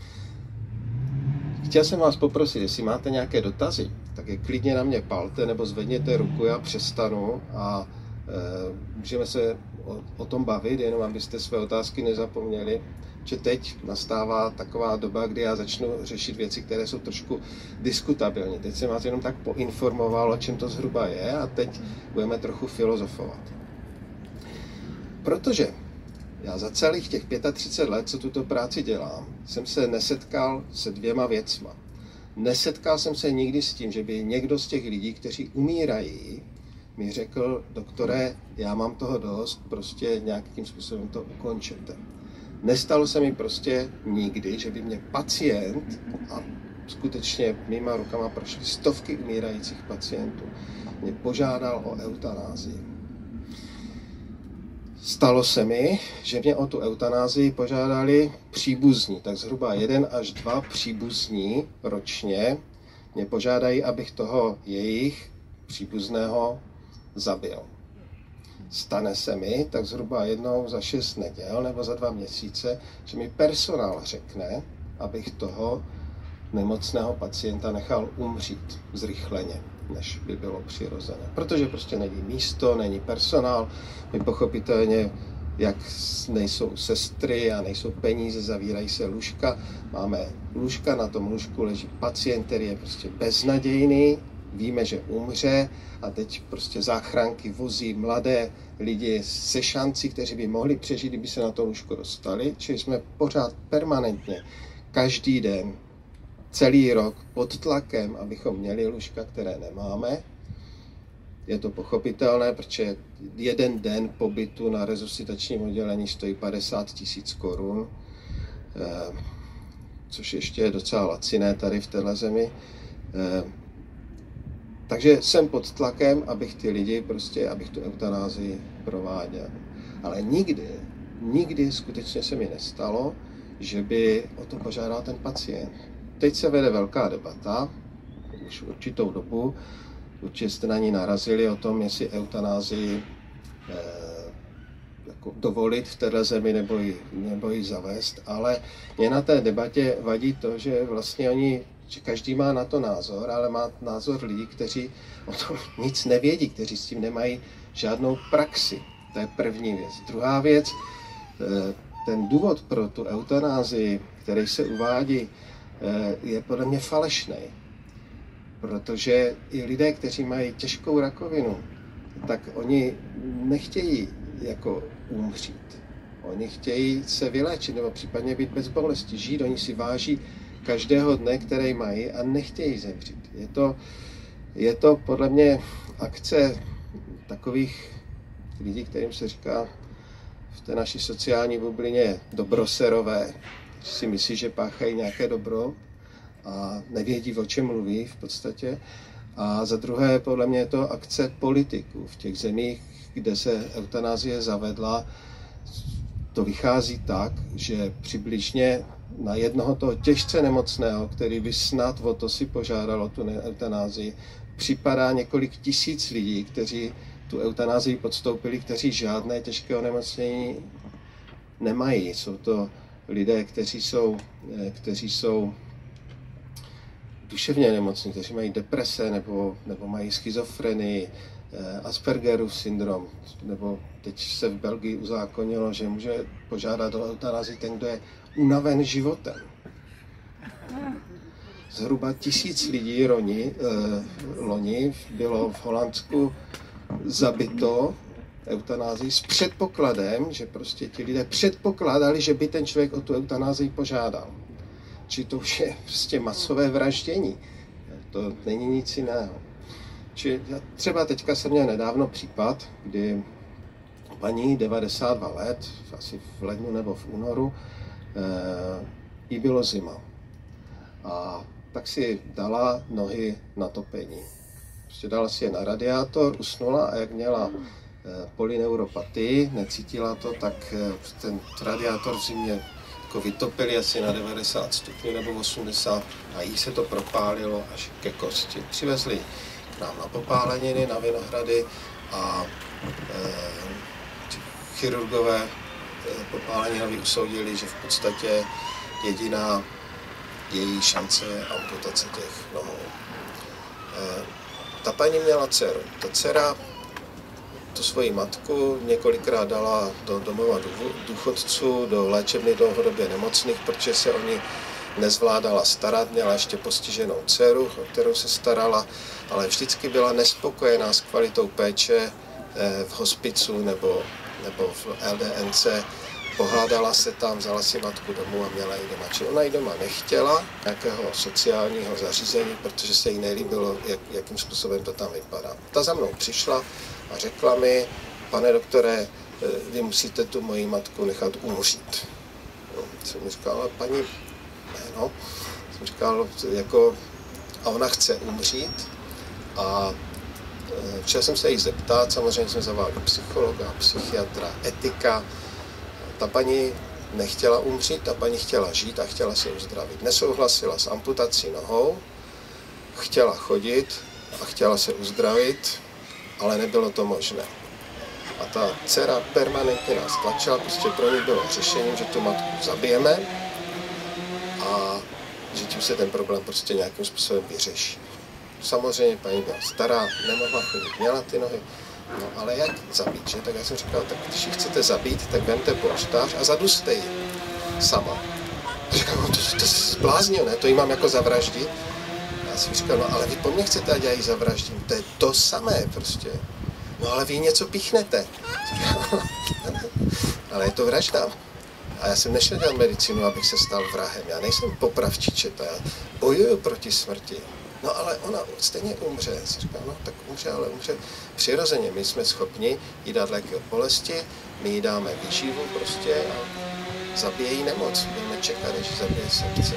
Chtěl jsem vás poprosit, jestli máte nějaké dotazy, tak je klidně na mě palte nebo zvedněte ruku, já přestanu a můžeme se o tom bavit, jenom abyste své otázky nezapomněli, že teď nastává taková doba, kdy já začnu řešit věci, které jsou trošku diskutabilní. Teď jsem vás jenom tak poinformoval, o čem to zhruba je a teď budeme trochu filozofovat. Protože Já za celých těch 35 let, co tuto práci dělám, jsem se nesetkal se dvěma věcma. Nesetkal jsem se nikdy s tím, že by někdo z těch lidí, kteří umírají, mi řekl, doktore, já mám toho dost, prostě nějakým způsobem to ukončete. Nestalo se mi prostě nikdy, že by mě pacient, a skutečně mýma rukama prošly stovky umírajících pacientů, mě požádal o eutanázii. Stalo se mi, že mě o tu eutanázii požádali příbuzní, tak zhruba 1 až 2 příbuzní ročně mě požádají, abych toho jejich příbuzného zabil. Stane se mi tak zhruba jednou za 6 neděl nebo za 2 měsíce, že mi personál řekne, abych toho nemocného pacienta nechal umřít zrychleně, než by bylo přirozené. Protože prostě není místo, není personál, my pochopitelně, jak nejsou sestry a nejsou peníze, zavírají se lůžka, máme lůžka, na tom lůžku leží pacient, který je prostě beznadějný, víme, že umře a teď prostě záchranky vozí mladé lidi se šancí, kteří by mohli přežít, kdyby se na to lůžko dostali, čili jsme pořád permanentně, každý den, celý rok pod tlakem, abychom měli lůžka, které nemáme. Je to pochopitelné, protože 1 den pobytu na resuscitačním oddělení stojí 50 000 korun, což ještě je docela laciné tady v téhle zemi. Takže jsem pod tlakem, abych ty lidi prostě, abych tu eutanázii prováděl. Ale nikdy skutečně se mi nestalo, že by o to požádal ten pacient. Teď se vede velká debata, už určitou dobu, určitě jste na ní narazili o tom, jestli eutanázii jako dovolit v této zemi nebo ji zavést, ale mě na té debatě vadí to, že vlastně že každý má na to názor, ale má názor lidí, kteří o tom nic nevědí, kteří s tím nemají žádnou praxi. To je první věc. Druhá věc, ten důvod pro tu eutanázii, který se uvádí, je podle mě falešný. Protože i lidé, kteří mají těžkou rakovinu, tak oni nechtějí jako umřít. Oni chtějí se vyléčit nebo případně být bez bolesti, žít. Oni si váží každého dne, který mají a nechtějí zemřít. Je to podle mě akce takových lidí, kterým se říká v té naší sociální bublině dobroserové, si myslí, že páchají nějaké dobro a nevědí, o čem mluví v podstatě. A za druhé, podle mě je to akce politiků. V těch zemích, kde se eutanázie zavedla, to vychází tak, že přibližně na jednoho toho těžce nemocného, který by snad o to si požádal o tu eutanázii, připadá několik tisíc lidí, kteří tu eutanázii podstoupili, kteří žádné těžké onemocnění nemají. Jsou to lidé, kteří jsou duševně nemocní, kteří mají deprese nebo mají schizofrenii, Aspergerův syndrom, nebo teď se v Belgii uzákonilo, že může požádat o eutanázii ten, kdo je unaven životem. Zhruba 1000 lidí loni bylo v Holandsku zabito eutanázii s předpokladem, že prostě ti lidé předpokládali, že by ten člověk o tu eutanázii požádal. Či to už je prostě masové vraždění. To není nic jiného. Či třeba teďka jsem měl nedávno případ, kdy paní 92 let, asi v lednu nebo v únoru, jí bylo zima. A tak si dala nohy na topení. Prostě dala si je na radiátor, usnula a jak měla polyneuropatii, necítila to, tak ten radiátor v zimě jako vytopili asi na 90 stupňů nebo 80 a jí se to propálilo až ke kosti. Přivezli k nám na popáleniny, na Vinohrady a chirurgové popáleniny usoudili, že v podstatě jediná její šance je amputace těch nohou. Ta paní měla dceru. Ta dcera tu svoji matku několikrát dala do domova důchodců, do léčebny dlouhodobě nemocných, protože se o ní nezvládala starat, měla ještě postiženou dceru, o kterou se starala, ale vždycky byla nespokojená s kvalitou péče v hospicu nebo v LDNC Pohádala se tam, vzala si matku domů a měla ji doma. Čili ona ji doma nechtěla, nějakého sociálního zařízení, protože se jí nelíbilo, jakým způsobem to tam vypadá. Ta za mnou přišla a řekla mi, pane doktore, vy musíte tu moji matku nechat umřít. No, jsem mi říkal, ale paní, ne, no. Jsem říkal, jako, a ona chce umřít. A chtěl jsem se jí zeptat, samozřejmě jsem zavolal psychologa, psychiatra, etika. Ta paní nechtěla umřít, ta paní chtěla žít a chtěla se uzdravit. Nesouhlasila s amputací nohou, chtěla chodit a chtěla se uzdravit, ale nebylo to možné. A ta dcera permanentně nás tlačila, prostě pro ní bylo řešením, že tu matku zabijeme a že tím se ten problém prostě nějakým způsobem vyřeší. Samozřejmě paní byla stará, nemohla chodit, měla ty nohy, no ale jak zabít, že? Tak já jsem říkal, tak když ji chcete zabít, tak vemte polštář a zaduste ji sama. A říkal, no to jsi zbláznil, ne? To jí mám jako zavraždit. A já jsem říkal, no ale vy po mně chcete, ať já ji zavraždím, to je to samé prostě. No ale vy něco píchnete. Ale je to vražda. A já jsem nešel dělat medicínu, abych se stal vrahem. Já nejsem popravčičeta, já bojuju proti smrti. No ale ona stejně umře. Já jsem říkal, no tak umře, ale umře přirozeně. My jsme schopni jí dát léky od bolesti, my jí dáme výživu prostě a zabije jí nemoc. Budeme čekat, než zabije srdce.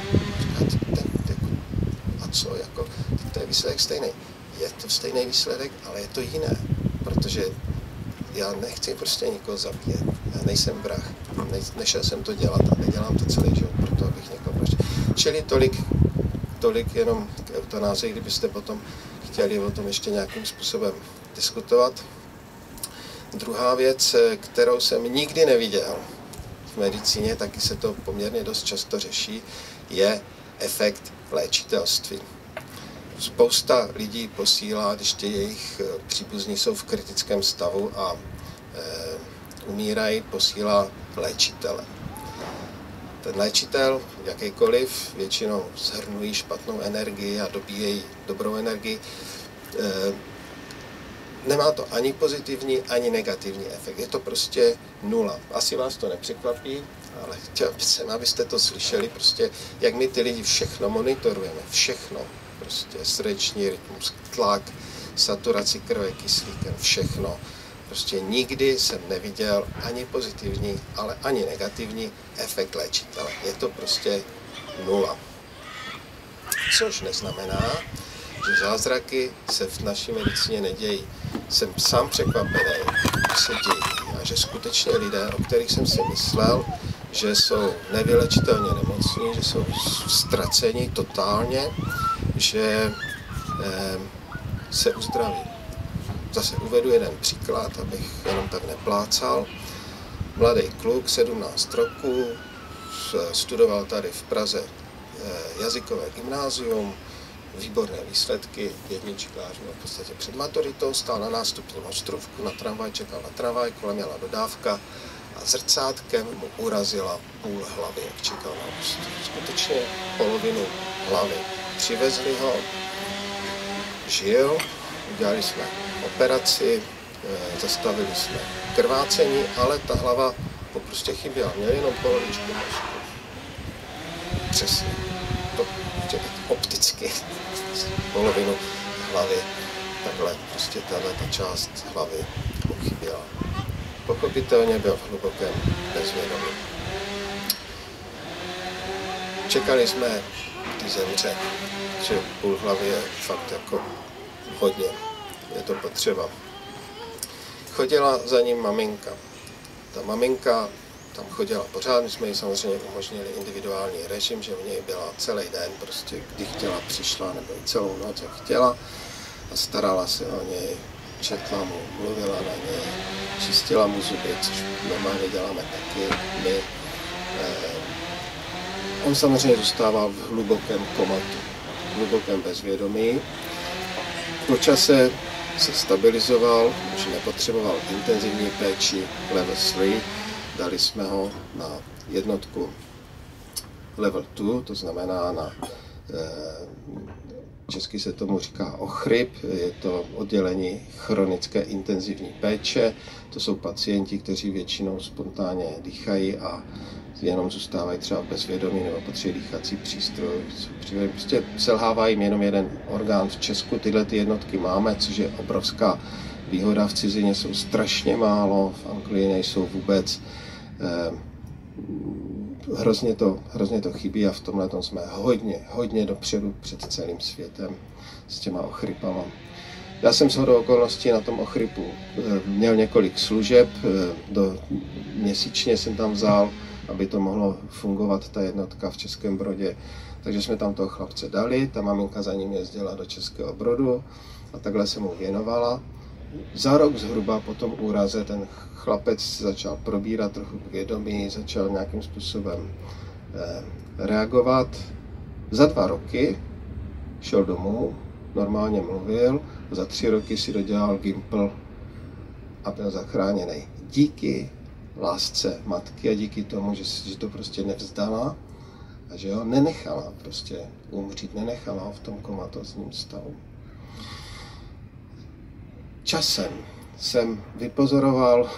A co, jako, to je výsledek stejný. Je to stejný výsledek, ale je to jiné. Protože já nechci prostě nikoho zabíjet. Já nejsem vrah. Nešel jsem to dělat a nedělám to celý život proto, abych někoho vraždil. Čili tolik jenom k eutanázii, kdybyste potom chtěli o tom ještě nějakým způsobem diskutovat. Druhá věc, kterou jsem nikdy neviděl v medicíně, taky se to poměrně dost často řeší, je efekt léčitelství. Spousta lidí posílá, když ti jejich příbuzní jsou v kritickém stavu a umírají, posílá léčitele. Ten léčitel, jakýkoliv, většinou shrnují špatnou energii a dobíjejí dobrou energii. Nemá to ani pozitivní, ani negativní efekt. Je to prostě nula. Asi vás to nepřekvapí, ale chtěl jsem, abyste to slyšeli, prostě, jak my ty lidi všechno monitorujeme, všechno. Prostě srdeční rytmus, tlak, saturaci krve kyslíkem, všechno. Prostě nikdy jsem neviděl ani pozitivní, ale ani negativní efekt léčitele. Je to prostě nula. Což neznamená, že zázraky se v naší medicíně nedějí. Jsem sám překvapený, že se dějí a že skutečně lidé, o kterých jsem si myslel, že jsou nevylečitelně nemocní, že jsou ztraceni totálně, že se uzdraví. Zase uvedu jeden příklad, abych jenom tak neplácal. Mladý kluk, 17 roků, studoval tady v Praze jazykové gymnázium, výborné výsledky, jednička až v podstatě před maturitou, stál na nástupním ostrůvku, na tramvaj, čekal na tramvaj, kolem jela dodávka a zrcátkem mu urazila půl hlavy, jak čekal na ostrův. Skutečně polovinu hlavy. Přivezli ho, žil, udělali jsme operaci, zastavili jsme krvácení, ale ta hlava prostě chyběla. Měl jenom polovičku mozku. Přesně. To opticky polovinu hlavy. Takhle prostě ta část hlavy mu chyběla. Pochopitelně byl v hlubokém bezvědomí. Čekali jsme, kdy zemře, že půl hlavy je fakt jako hodně. Je to potřeba. Chodila za ním maminka. Ta maminka tam chodila pořád, my jsme jí samozřejmě umožnili individuální režim, že u něj byla celý den, prostě kdy chtěla, přišla, nebo i celou noc, jak chtěla a starala se o něj, četla mu, mluvila na něj, čistila mu zuby, což normálně děláme taky my. On samozřejmě zůstával v hlubokém komatu, v hlubokém bezvědomí. Po čase se stabilizoval, už nepotřeboval intenzivní péči level 3, dali jsme ho na jednotku level 2, to znamená na česky se tomu říká ochryp, je to oddělení chronické intenzivní péče. To jsou pacienti, kteří většinou spontánně dýchají a jenom zůstávají třeba bez vědomí nebo potřebují dýchací přístroj. Prostě selhává jim jenom jeden orgán. V Česku tyhle ty jednotky máme, což je obrovská výhoda. V cizině jsou strašně málo, v Anglii nejsou vůbec. Hrozně to chybí a v tomhle tom jsme hodně dopředu před celým světem s těma ochrypama. Já jsem shodou okolností na tom ochrypu měl několik služeb, měsíčně jsem tam vzal, aby to mohlo fungovat, ta jednotka v Českém Brodě. Takže jsme tam toho chlapce dali, ta maminka za ním jezdila do Českého Brodu a takhle se mu věnovala. Za rok zhruba po tom úraze ten chlapec začal probírat trochu vědomí, začal nějakým způsobem reagovat. Za 2 roky šel domů, normálně mluvil, za 3 roky si dodělal Gimpl a byl zachráněný. Díky lásce matky a díky tomu, že to prostě nevzdala a že ho nenechala prostě umřít, nenechala ho v tom komatozním stavu. Časem jsem vypozoroval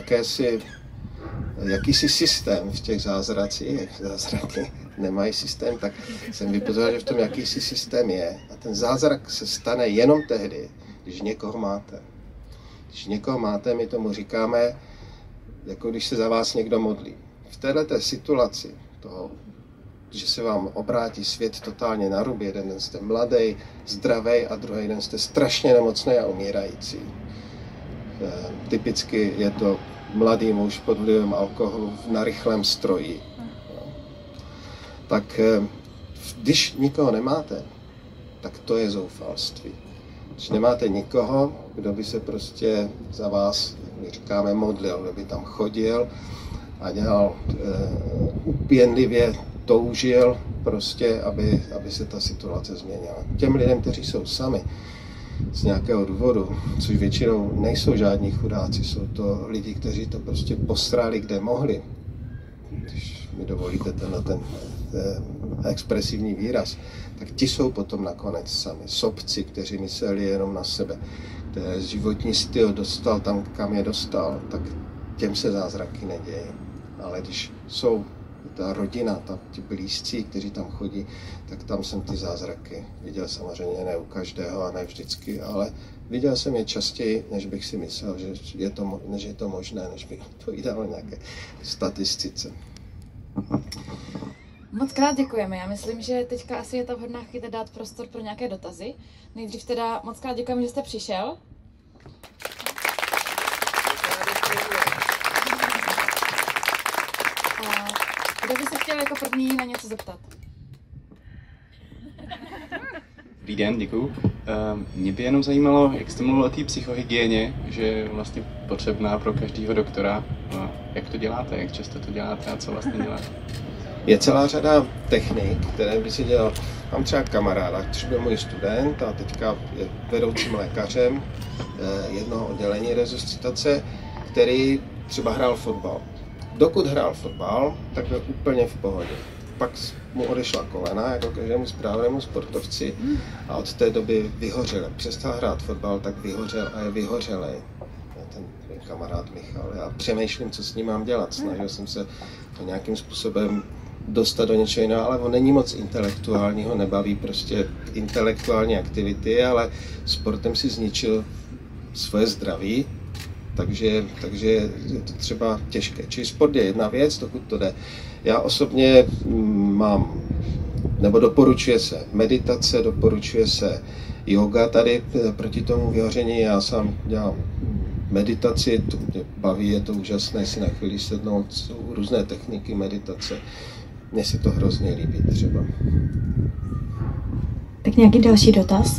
jakýsi systém v těch zázracích, zázraky nemají systém, tak jsem vypozoroval, že v tom jakýsi systém je. A ten zázrak se stane jenom tehdy, když někoho máte. Když někoho máte, my tomu říkáme, jako když se za vás někdo modlí. V této situaci toho, že se vám obrátí svět totálně na ruby, jeden den jste mladý, zdravý a druhý den jste strašně nemocný a umírající. Typicky je to mladý muž pod vlivem alkoholu na rychlém stroji. Tak když nikoho nemáte, tak to je zoufalství. Když nemáte nikoho, kdo by se prostě za vás, my říkáme, modlil, kdo by tam chodil a dělal úpěnlivě, toužil prostě, aby se ta situace změnila. Těm lidem, kteří jsou sami z nějakého důvodu, což většinou nejsou žádní chudáci, jsou to lidi, kteří to prostě posrali, kde mohli. Když mi dovolíte ten expresivní výraz, tak ti jsou potom nakonec sami. Sobci, kteří mysleli jenom na sebe, které životní styl dostal tam, kam je dostal, tak těm se zázraky nedějí. Ale když jsou ta rodina, ti blízcí, kteří tam chodí, tak tam jsem ty zázraky viděl, samozřejmě ne u každého a ne vždycky, ale viděl jsem je častěji, než bych si myslel, že je to možné, než bych to vydal nějaké statistice. Moc krát děkujeme. Já myslím, že teďka asi je ta vhodná chvíle dát prostor pro nějaké dotazy. Nejdřív teda moc krát děkujeme, že jste přišel. Kdo by se chtěl jako první na něco zeptat? Dobrý den, děkuju. Mě by jenom zajímalo, jak jste mluvil o té psychohygieně, že je vlastně potřebná pro každého doktora. Jak to děláte, jak často to děláte a co vlastně děláte? Je celá řada technik, které by si dělal. Mám třeba kamaráda, který byl můj student a teďka je vedoucím lékařem jednoho oddělení resuscitace, který třeba hrál fotbal. Dokud hrál fotbal, tak byl úplně v pohodě. Pak mu odešla kolena, jako každému správnému sportovci, a od té doby vyhořel. Přestal hrát fotbal, tak vyhořel a je vyhořelej. Ten kamarád Michal. Já přemýšlím, co s ním mám dělat. Snažil jsem se to nějakým způsobem dostat do něčeho jiného, ale on není moc intelektuální, ho nebaví prostě intelektuální aktivity, ale sportem si zničil svoje zdraví. Takže je to třeba těžké. Čili sport je jedna věc, dokud to jde. Já osobně mám, nebo doporučuje se meditace, doporučuje se yoga tady proti tomu vyhoření. Já sám dělám meditaci, to mě baví, je to úžasné si na chvíli sednout, jsou různé techniky meditace. Mně se to hrozně líbí třeba. Tak nějaký další dotaz?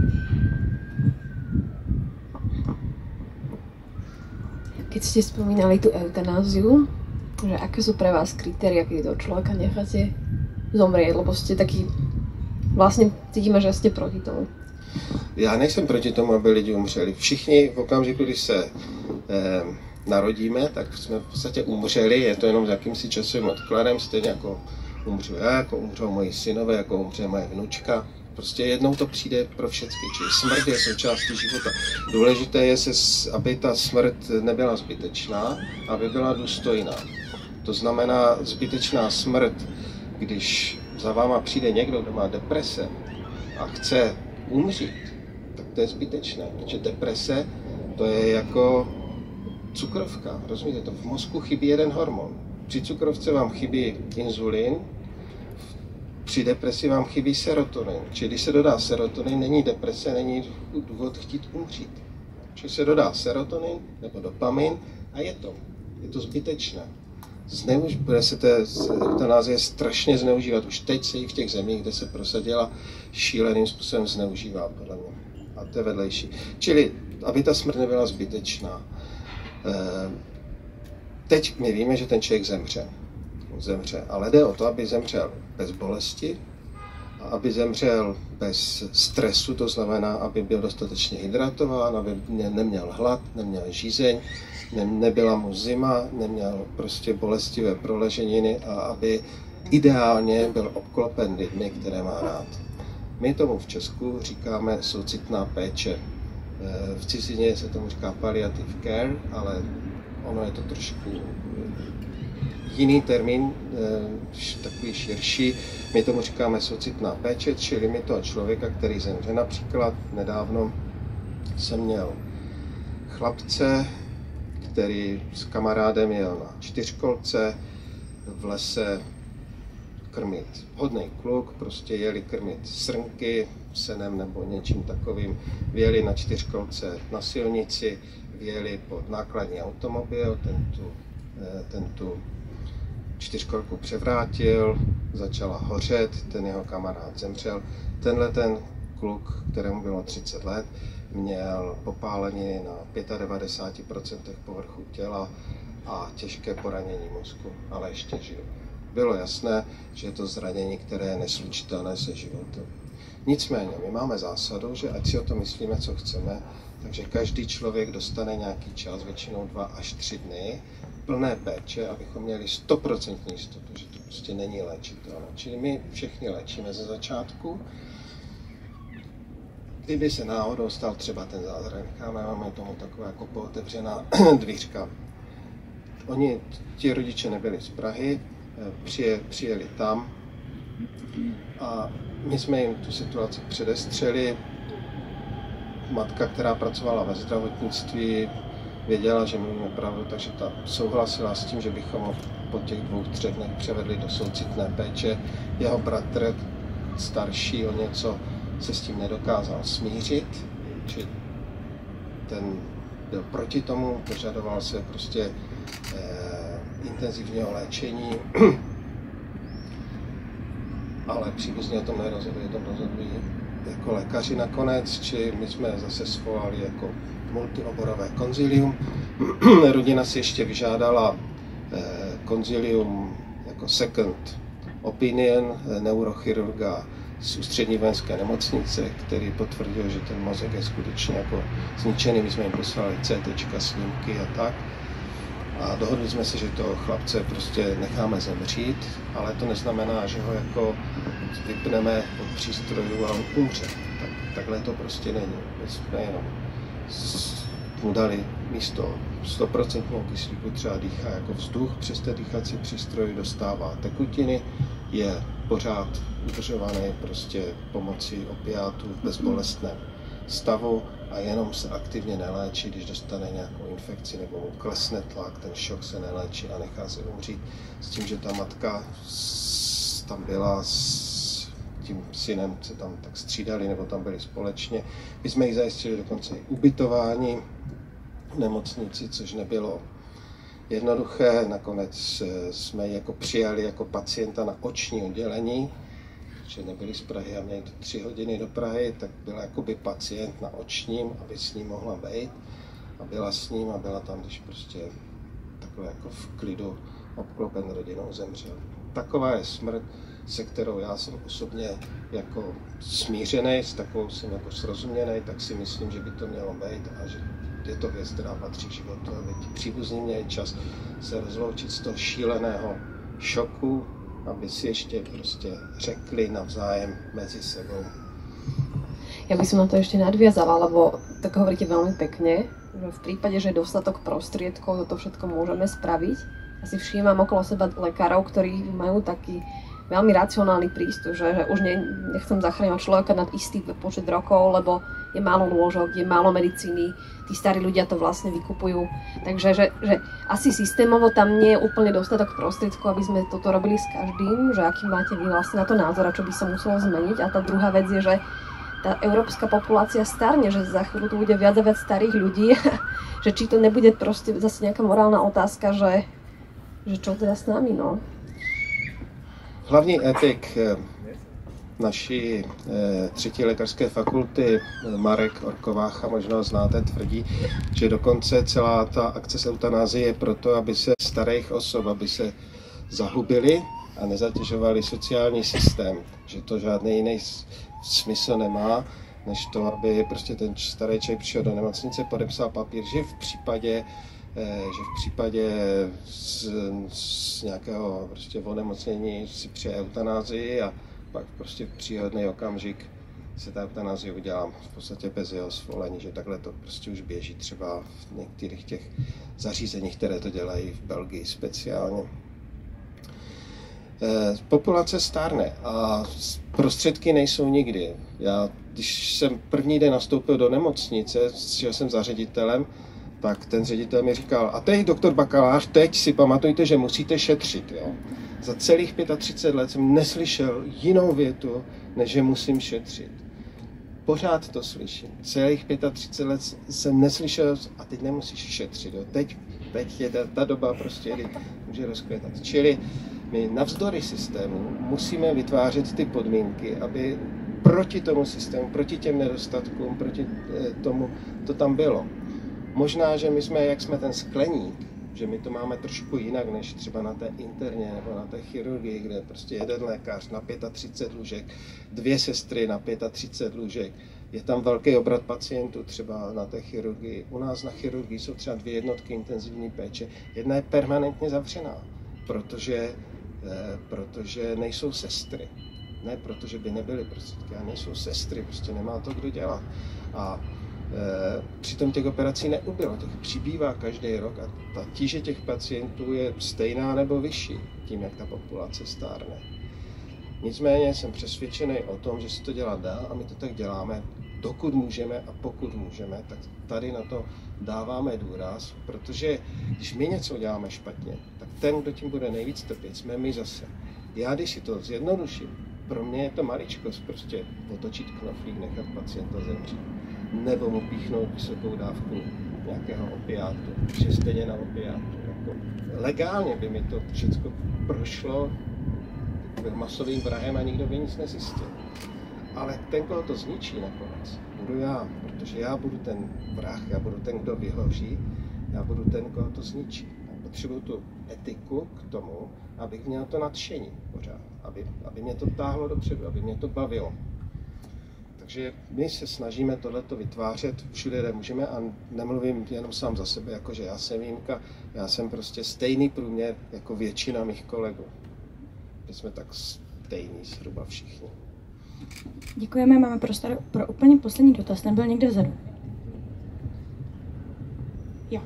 Keď ste spomínali tú eutanáziu, že aké sú pre vás kritéria, keď toho človeka necháte zomrieť, lebo ste taký, vlastne cítime, že ste proti tomu. Já nejsem proti tomu, aby lidi umřeli. Všichni v okamžiku, když se narodíme, tak jsme v podstatě umřeli, je to jenom s jakýmsi časovým odkladem, stejně jako umřu já, jako umřou moji synové, jako umře moje vnučka. Prostě jednou to přijde pro všechny, čili smrt je součástí života. Důležité je, aby ta smrt nebyla zbytečná, aby byla důstojná. To znamená zbytečná smrt, když za váma přijde někdo, kdo má deprese a chce umřít, tak to je zbytečné, protože deprese to je jako cukrovka, rozumíte to? V mozku chybí jeden hormon. Při cukrovce vám chybí inzulin, při depresi vám chybí serotonin. Čili když se dodá serotonin, není deprese, není důvod chtít umřít. Čili se dodá serotonin nebo dopamin a je to zbytečné. Bude se eutanázie strašně zneužívat. Už teď se jí v těch zemích, kde se prosadila, šíleným způsobem zneužívá, podle mě. A to je vedlejší. Čili, aby ta smrt nebyla zbytečná. Teď my víme, že ten člověk zemře, ale jde o to, aby zemřel bez bolesti a aby zemřel bez stresu, to znamená, aby byl dostatečně hydratován, aby neměl hlad, neměl žízeň, nebyla mu zima, neměl prostě bolestivé proleženiny a aby ideálně byl obklopen lidmi, které má rád. My tomu v Česku říkáme soucitná péče. V cizině se tomu říká palliative care, ale ono je to trošku jiný termín, takový širší. My tomu říkáme soucitná péče, čili my toho člověka, který zemře. Například nedávno jsem měl chlapce, který s kamarádem jel na čtyřkolce v lese krmit. Hodný kluk, prostě jeli krmit srnky senem nebo něčím takovým. Vyjeli na čtyřkolce na silnici, vyjeli pod nákladní automobil, ten tu čtyřkolku převrátil, začala hořet, ten jeho kamarád zemřel. Ten kluk, kterému bylo 30 let, měl popálení na 95% povrchu těla a těžké poranění mozku, ale ještě žil. Bylo jasné, že je to zranění, které je neslučitelné se životem. Nicméně, my máme zásadu, že ať si o to myslíme, co chceme, takže každý člověk dostane nějaký čas, většinou 2 až 3 dny, plné péče, abychom měli 100% jistotu, že to prostě není léčitelné. Čili my všichni léčíme ze začátku. Kdyby se náhodou stal třeba ten zázrak, máme tomu taková jako pootevřená dvířka. Ti rodiče nebyli z Prahy, přijeli tam a my jsme jim tu situaci předestřeli. Matka, která pracovala ve zdravotnictví, věděla, že mluvíme pravdu, takže ta souhlasila s tím, že bychom ho po těch 2-3 dnech převedli do soucitné péče. Jeho bratr, starší o něco, se s tím nedokázal smířit, či ten byl proti tomu, požadoval se prostě intenzivního léčení, ale příbuzní o tom nerozhodují, o tom rozhodují jako lékaři nakonec, či my jsme zase svolali jako multioborové konzilium. Rodina si ještě vyžádala konzilium jako second opinion neurochirurga z ústřední vojenské nemocnice, který potvrdil, že ten mozek je skutečně jako zničený. My jsme jim poslali CT, snímky a tak. A dohodli jsme se, že toho chlapce prostě necháme zemřít, ale to neznamená, že ho jako vypneme od přístrojů a on umře. Takhle to prostě není. My jsme jenom mu dali místo 100% kyslíku třeba dýchá jako vzduch, přes ten dýchací přístroj dostává tekutiny, je pořád udržovaný prostě pomocí opiátů v bezbolestném stavu a jenom se aktivně neléčí, když dostane nějakou infekci nebo mu klesne tlak, ten šok se neléčí a nechá se umřít. S tím, že ta matka tam byla s tím synem, se tam tak střídali nebo tam byli společně. My jsme jí zajistili dokonce i ubytování v nemocnici, což nebylo jednoduché. Nakonec jsme ji jako přijali jako pacienta na oční oddělení, že nebyli z Prahy a měli 3 hodiny do Prahy, tak byla jakoby pacient na očním, aby s ním mohla být. A byla s ním a byla tam, když prostě takhle jako v klidu obklopen rodinou zemřel. Taková je smrt, se kterou já jsem osobně jako smířený, s takovou jsem jako srozuměný, tak si myslím, že by to mělo být a že je to věc, která patří životu, aby ti příbuzní měli čas se rozloučit z toho šíleného šoku, aby si ještě prostě řekli navzájem mezi sebou, Ja by som na to ešte nadviazala, lebo tak hovoríte veľmi pekne, že v prípade, že je dostatok prostriedkov, to všetko môžeme spraviť. Ja si všímam okolo seba lekárov, ktorí majú taký veľmi racionálny prístup, že už nechcem zachrániť človeka nad istý počet rokov, lebo je málo lôžok, je málo medicíny, tí starí ľudia to vlastne vykupujú. Takže že asi systémovo tam nie je úplne dostatok prostriedkov, aby sme toto robili s každým, že aký máte vy vlastne na to názor a čo by sa muselo zmeniť. A tá druhá vec je, že tá európska populácia starne, že za chvíľu tu bude viac a viac starých ľudí, že či to nebude proste zase nejaká morálna otázka, že čo teda s nami, no. Hlavní etik naší třetí lékařské fakulty Marek Orkovácha, možná znáte, tvrdí, že dokonce celá ta akce s eutanázie je proto, aby se starých osob, aby se zahubili a nezatěžovali sociální systém, že to žádný jiný smysl nemá, než to, aby prostě ten starý člověk přišel do nemocnice, podepsal papír, že v případě z nějakého prostě onemocnění si přeje eutanázii a pak prostě v příhodný okamžik se ta eutanázie udělá v podstatě bez jeho svolení, že takhle to prostě už běží třeba v některých těch zařízeních, které to dělají v Belgii speciálně. Populace stárne a prostředky nejsou nikdy. Já, když jsem první den nastoupil do nemocnice, šel jsem za ředitelem, tak ten ředitel mi říkal, a teď, doktor Bakalář, teď si pamatujte, že musíte šetřit. Jo? Za celých 35 let jsem neslyšel jinou větu, než že musím šetřit. Pořád to slyším. Celých 35 let jsem neslyšel, a teď nemusíš šetřit. Jo? Teď je ta doba prostě, kdy může rozkvětat. Čili my navzdory systému musíme vytvářet ty podmínky, aby proti tomu systému, proti těm nedostatkům, proti tomu to tam bylo. Možná, že my jsme, jak jsme ten skleník, že my to máme trošku jinak, než třeba na té interně nebo na té chirurgii, kde je prostě jeden lékař na 35 lůžek, 2 sestry na 35 lůžek. Je tam velký obrat pacientů třeba na té chirurgii. U nás na chirurgii jsou třeba 2 jednotky intenzivní péče. Jedna je permanentně zavřená, protože nejsou sestry. Ne protože by nebyly prostředky, ale nejsou sestry, prostě nemá to kdo dělat. A přitom těch operací neubylo, těch přibývá každý rok a ta tíže těch pacientů je stejná nebo vyšší tím, jak ta populace stárne. Nicméně jsem přesvědčený o tom, že se to dělat dá a my to tak děláme, dokud můžeme a pokud můžeme, tak tady na to dáváme důraz, protože když my něco děláme špatně, tak ten, kdo tím bude nejvíc trpět, jsme my zase. Já, když si to zjednoduším, pro mě je to maličkost, prostě otočit knoflík, nechat pacienta zemřít, nebo mu píchnout vysokou dávku nějakého opiátu, že stejně na opiátu. Jako legálně by mi to všechno prošlo masovým vrahem a nikdo by nic nezjistil. Ale ten, koho to zničí nakonec, budu já, protože já budu ten vrah, já budu ten, kdo vyhoří, já budu ten, koho to zničí. Já potřebuju tu etiku k tomu, abych měl to nadšení pořád, aby mě to táhlo dopředu, aby mě to bavilo. Takže my se snažíme tohleto vytvářet všude, kde můžeme a nemluvím jenom sám za sebe, jakože já jsem výjimka, já jsem prostě stejný průměr jako většina mých kolegů. My jsme tak stejní zhruba všichni. Děkujeme, máme prostor pro úplně poslední dotaz, ten byl někde vzadu. Jo.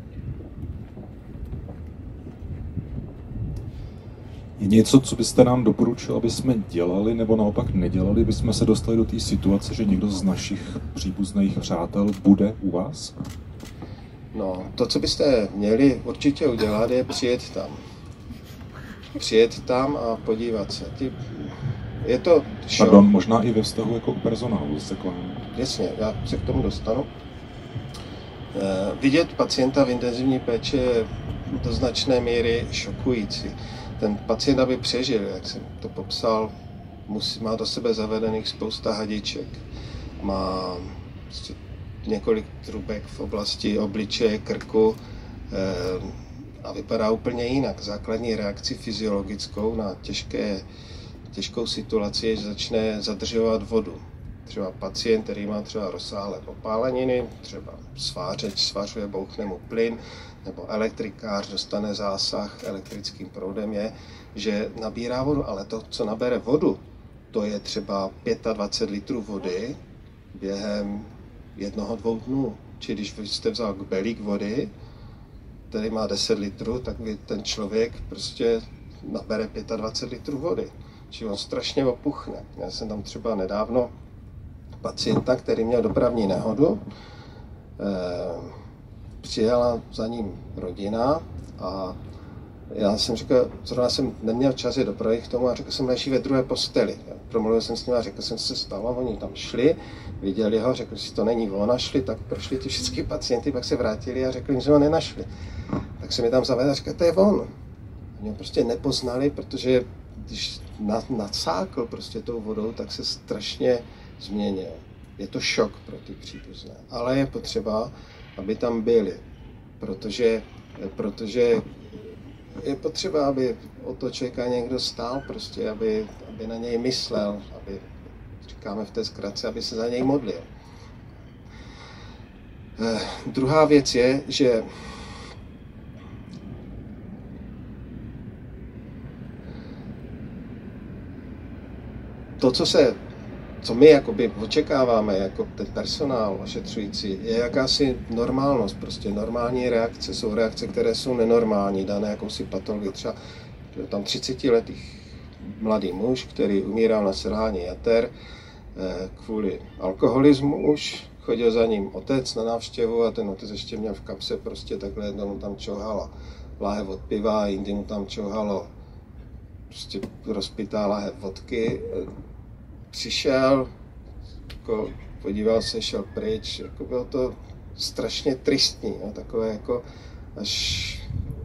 Je něco, co byste nám doporučil, aby jsme dělali, nebo naopak nedělali, aby jsme se dostali do té situace, že někdo z našich příbuzných přátel bude u vás? No, to, co byste měli určitě udělat, je přijet tam. Přijet tam a podívat se. Je to show. Pardon, možná i ve vztahu jako u personálu se k vám. Jasně, já se k tomu dostanu. Vidět pacienta v intenzivní péči je do značné míry šokující. Ten pacient, aby přežil, jak jsem to popsal, má do sebe zavedených spousta hadiček. Má několik trubek v oblasti obličeje, krku a vypadá úplně jinak. Základní reakci fyziologickou na těžkou situaci je, že začne zadržovat vodu. Třeba pacient, který má třeba rozsáhlé popáleniny, třeba svářeč svařuje, bouchne mu plyn, nebo elektrikář dostane zásah elektrickým proudem, je, že nabírá vodu, ale to, co nabere vodu, to je třeba 25 litrů vody během 1-2 dnů. Či když jste vzal belík vody, který má 10 litrů, tak ten člověk prostě nabere 25 litrů vody. Či on strašně opuchne. Já jsem tam třeba nedávno pacienta, který měl dopravní nehodu, přijela za ním rodina a já jsem říkal, zrovna jsem neměl čas je dopravit k tomu a řekl jsem, leží ve druhé posteli. Promluvil jsem s ním a řekl jsem, co se stalo, oni tam šli, viděli ho, řekli si, to není on, šli, tak prošli ty všechny pacienty, pak se vrátili a řekli jim, že ho nenašli. Tak se mi tam zavedl a říkal, to je on. Oni ho prostě nepoznali, protože když nadsákl prostě tou vodou, tak se strašně změnil. Je to šok pro ty příbuzné, ale je potřeba, aby tam byli, protože je potřeba, aby o to člověka někdo stál, prostě, aby na něj myslel, aby, říkáme v té zkratce, aby se za něj modlil. Druhá věc je, že to, co my jakoby očekáváme jako ten personál ošetřující, je jakási normálnost, prostě normální reakce. Jsou reakce, které jsou nenormální, dané jakousi patologii. Třeba tam 30letý mladý muž, který umíral na selhání jater kvůli alkoholismu už, chodil za ním otec na návštěvu a ten otec ještě měl v kapse prostě takhle, jednou mu tam čouhala láhev od piva, jindy mu tam čouhalo prostě rozpitá láhev vodky. Přišel, jako podíval se, šel pryč, jako bylo to strašně tristní, no, takové jako až,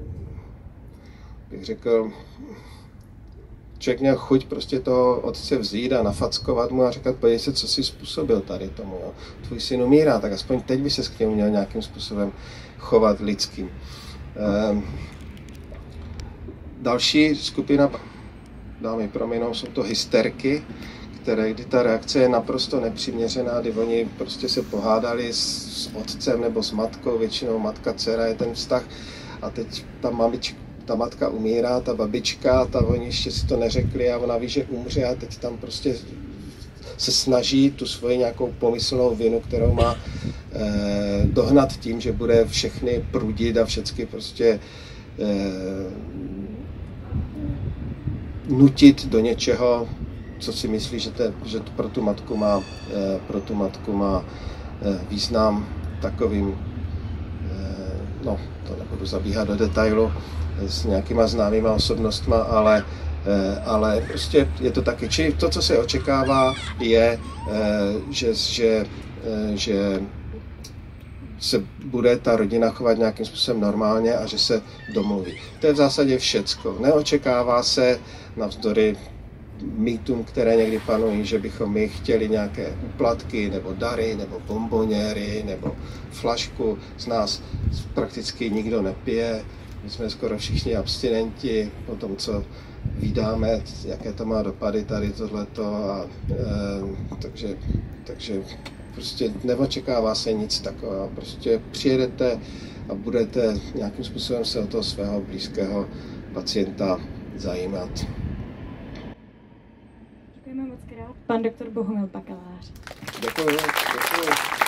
bych řekl, člověk měl chuť prostě toho otce vzít a nafackovat mu a říkat, podívej se, co jsi způsobil tady tomu, jo. Tvůj syn umírá, tak aspoň teď by se k němu měl nějakým způsobem chovat lidským. Další skupina, dámy prominou, jsou to hysterky, kdy ta reakce je naprosto nepřiměřená, kdy oni prostě se pohádali s otcem nebo s matkou, většinou matka, dcera je ten vztah a teď ta matka umírá, ta babička, oni ještě si to neřekli a ona ví, že umře a teď tam prostě se snaží tu svoji nějakou pomyslnou vinu, kterou má dohnat tím, že bude všechny prudit a všechny prostě nutit do něčeho, co si myslí, že to pro tu matku má význam takovým, no to nebudu zabíhat do detailu, s nějakýma známýma osobnostma, ale prostě je to taky. Čili to, co se očekává, je, že se bude ta rodina chovat nějakým způsobem normálně a že se domluví. To je v zásadě všecko. Neočekává se navzdory mýtům, které někdy panují, že bychom my chtěli nějaké úplatky, nebo dary, nebo bomboněry, nebo flašku. Z nás prakticky nikdo nepije. My jsme skoro všichni abstinenti po tom, co vídáme, jaké to má dopady tady tohleto. Takže prostě neočekává se nic takového. Prostě přijedete a budete nějakým způsobem se o toho svého blízkého pacienta zajímat. Děkujeme moc krát. Pan doktor Bohumil Bakalář. Děkuji.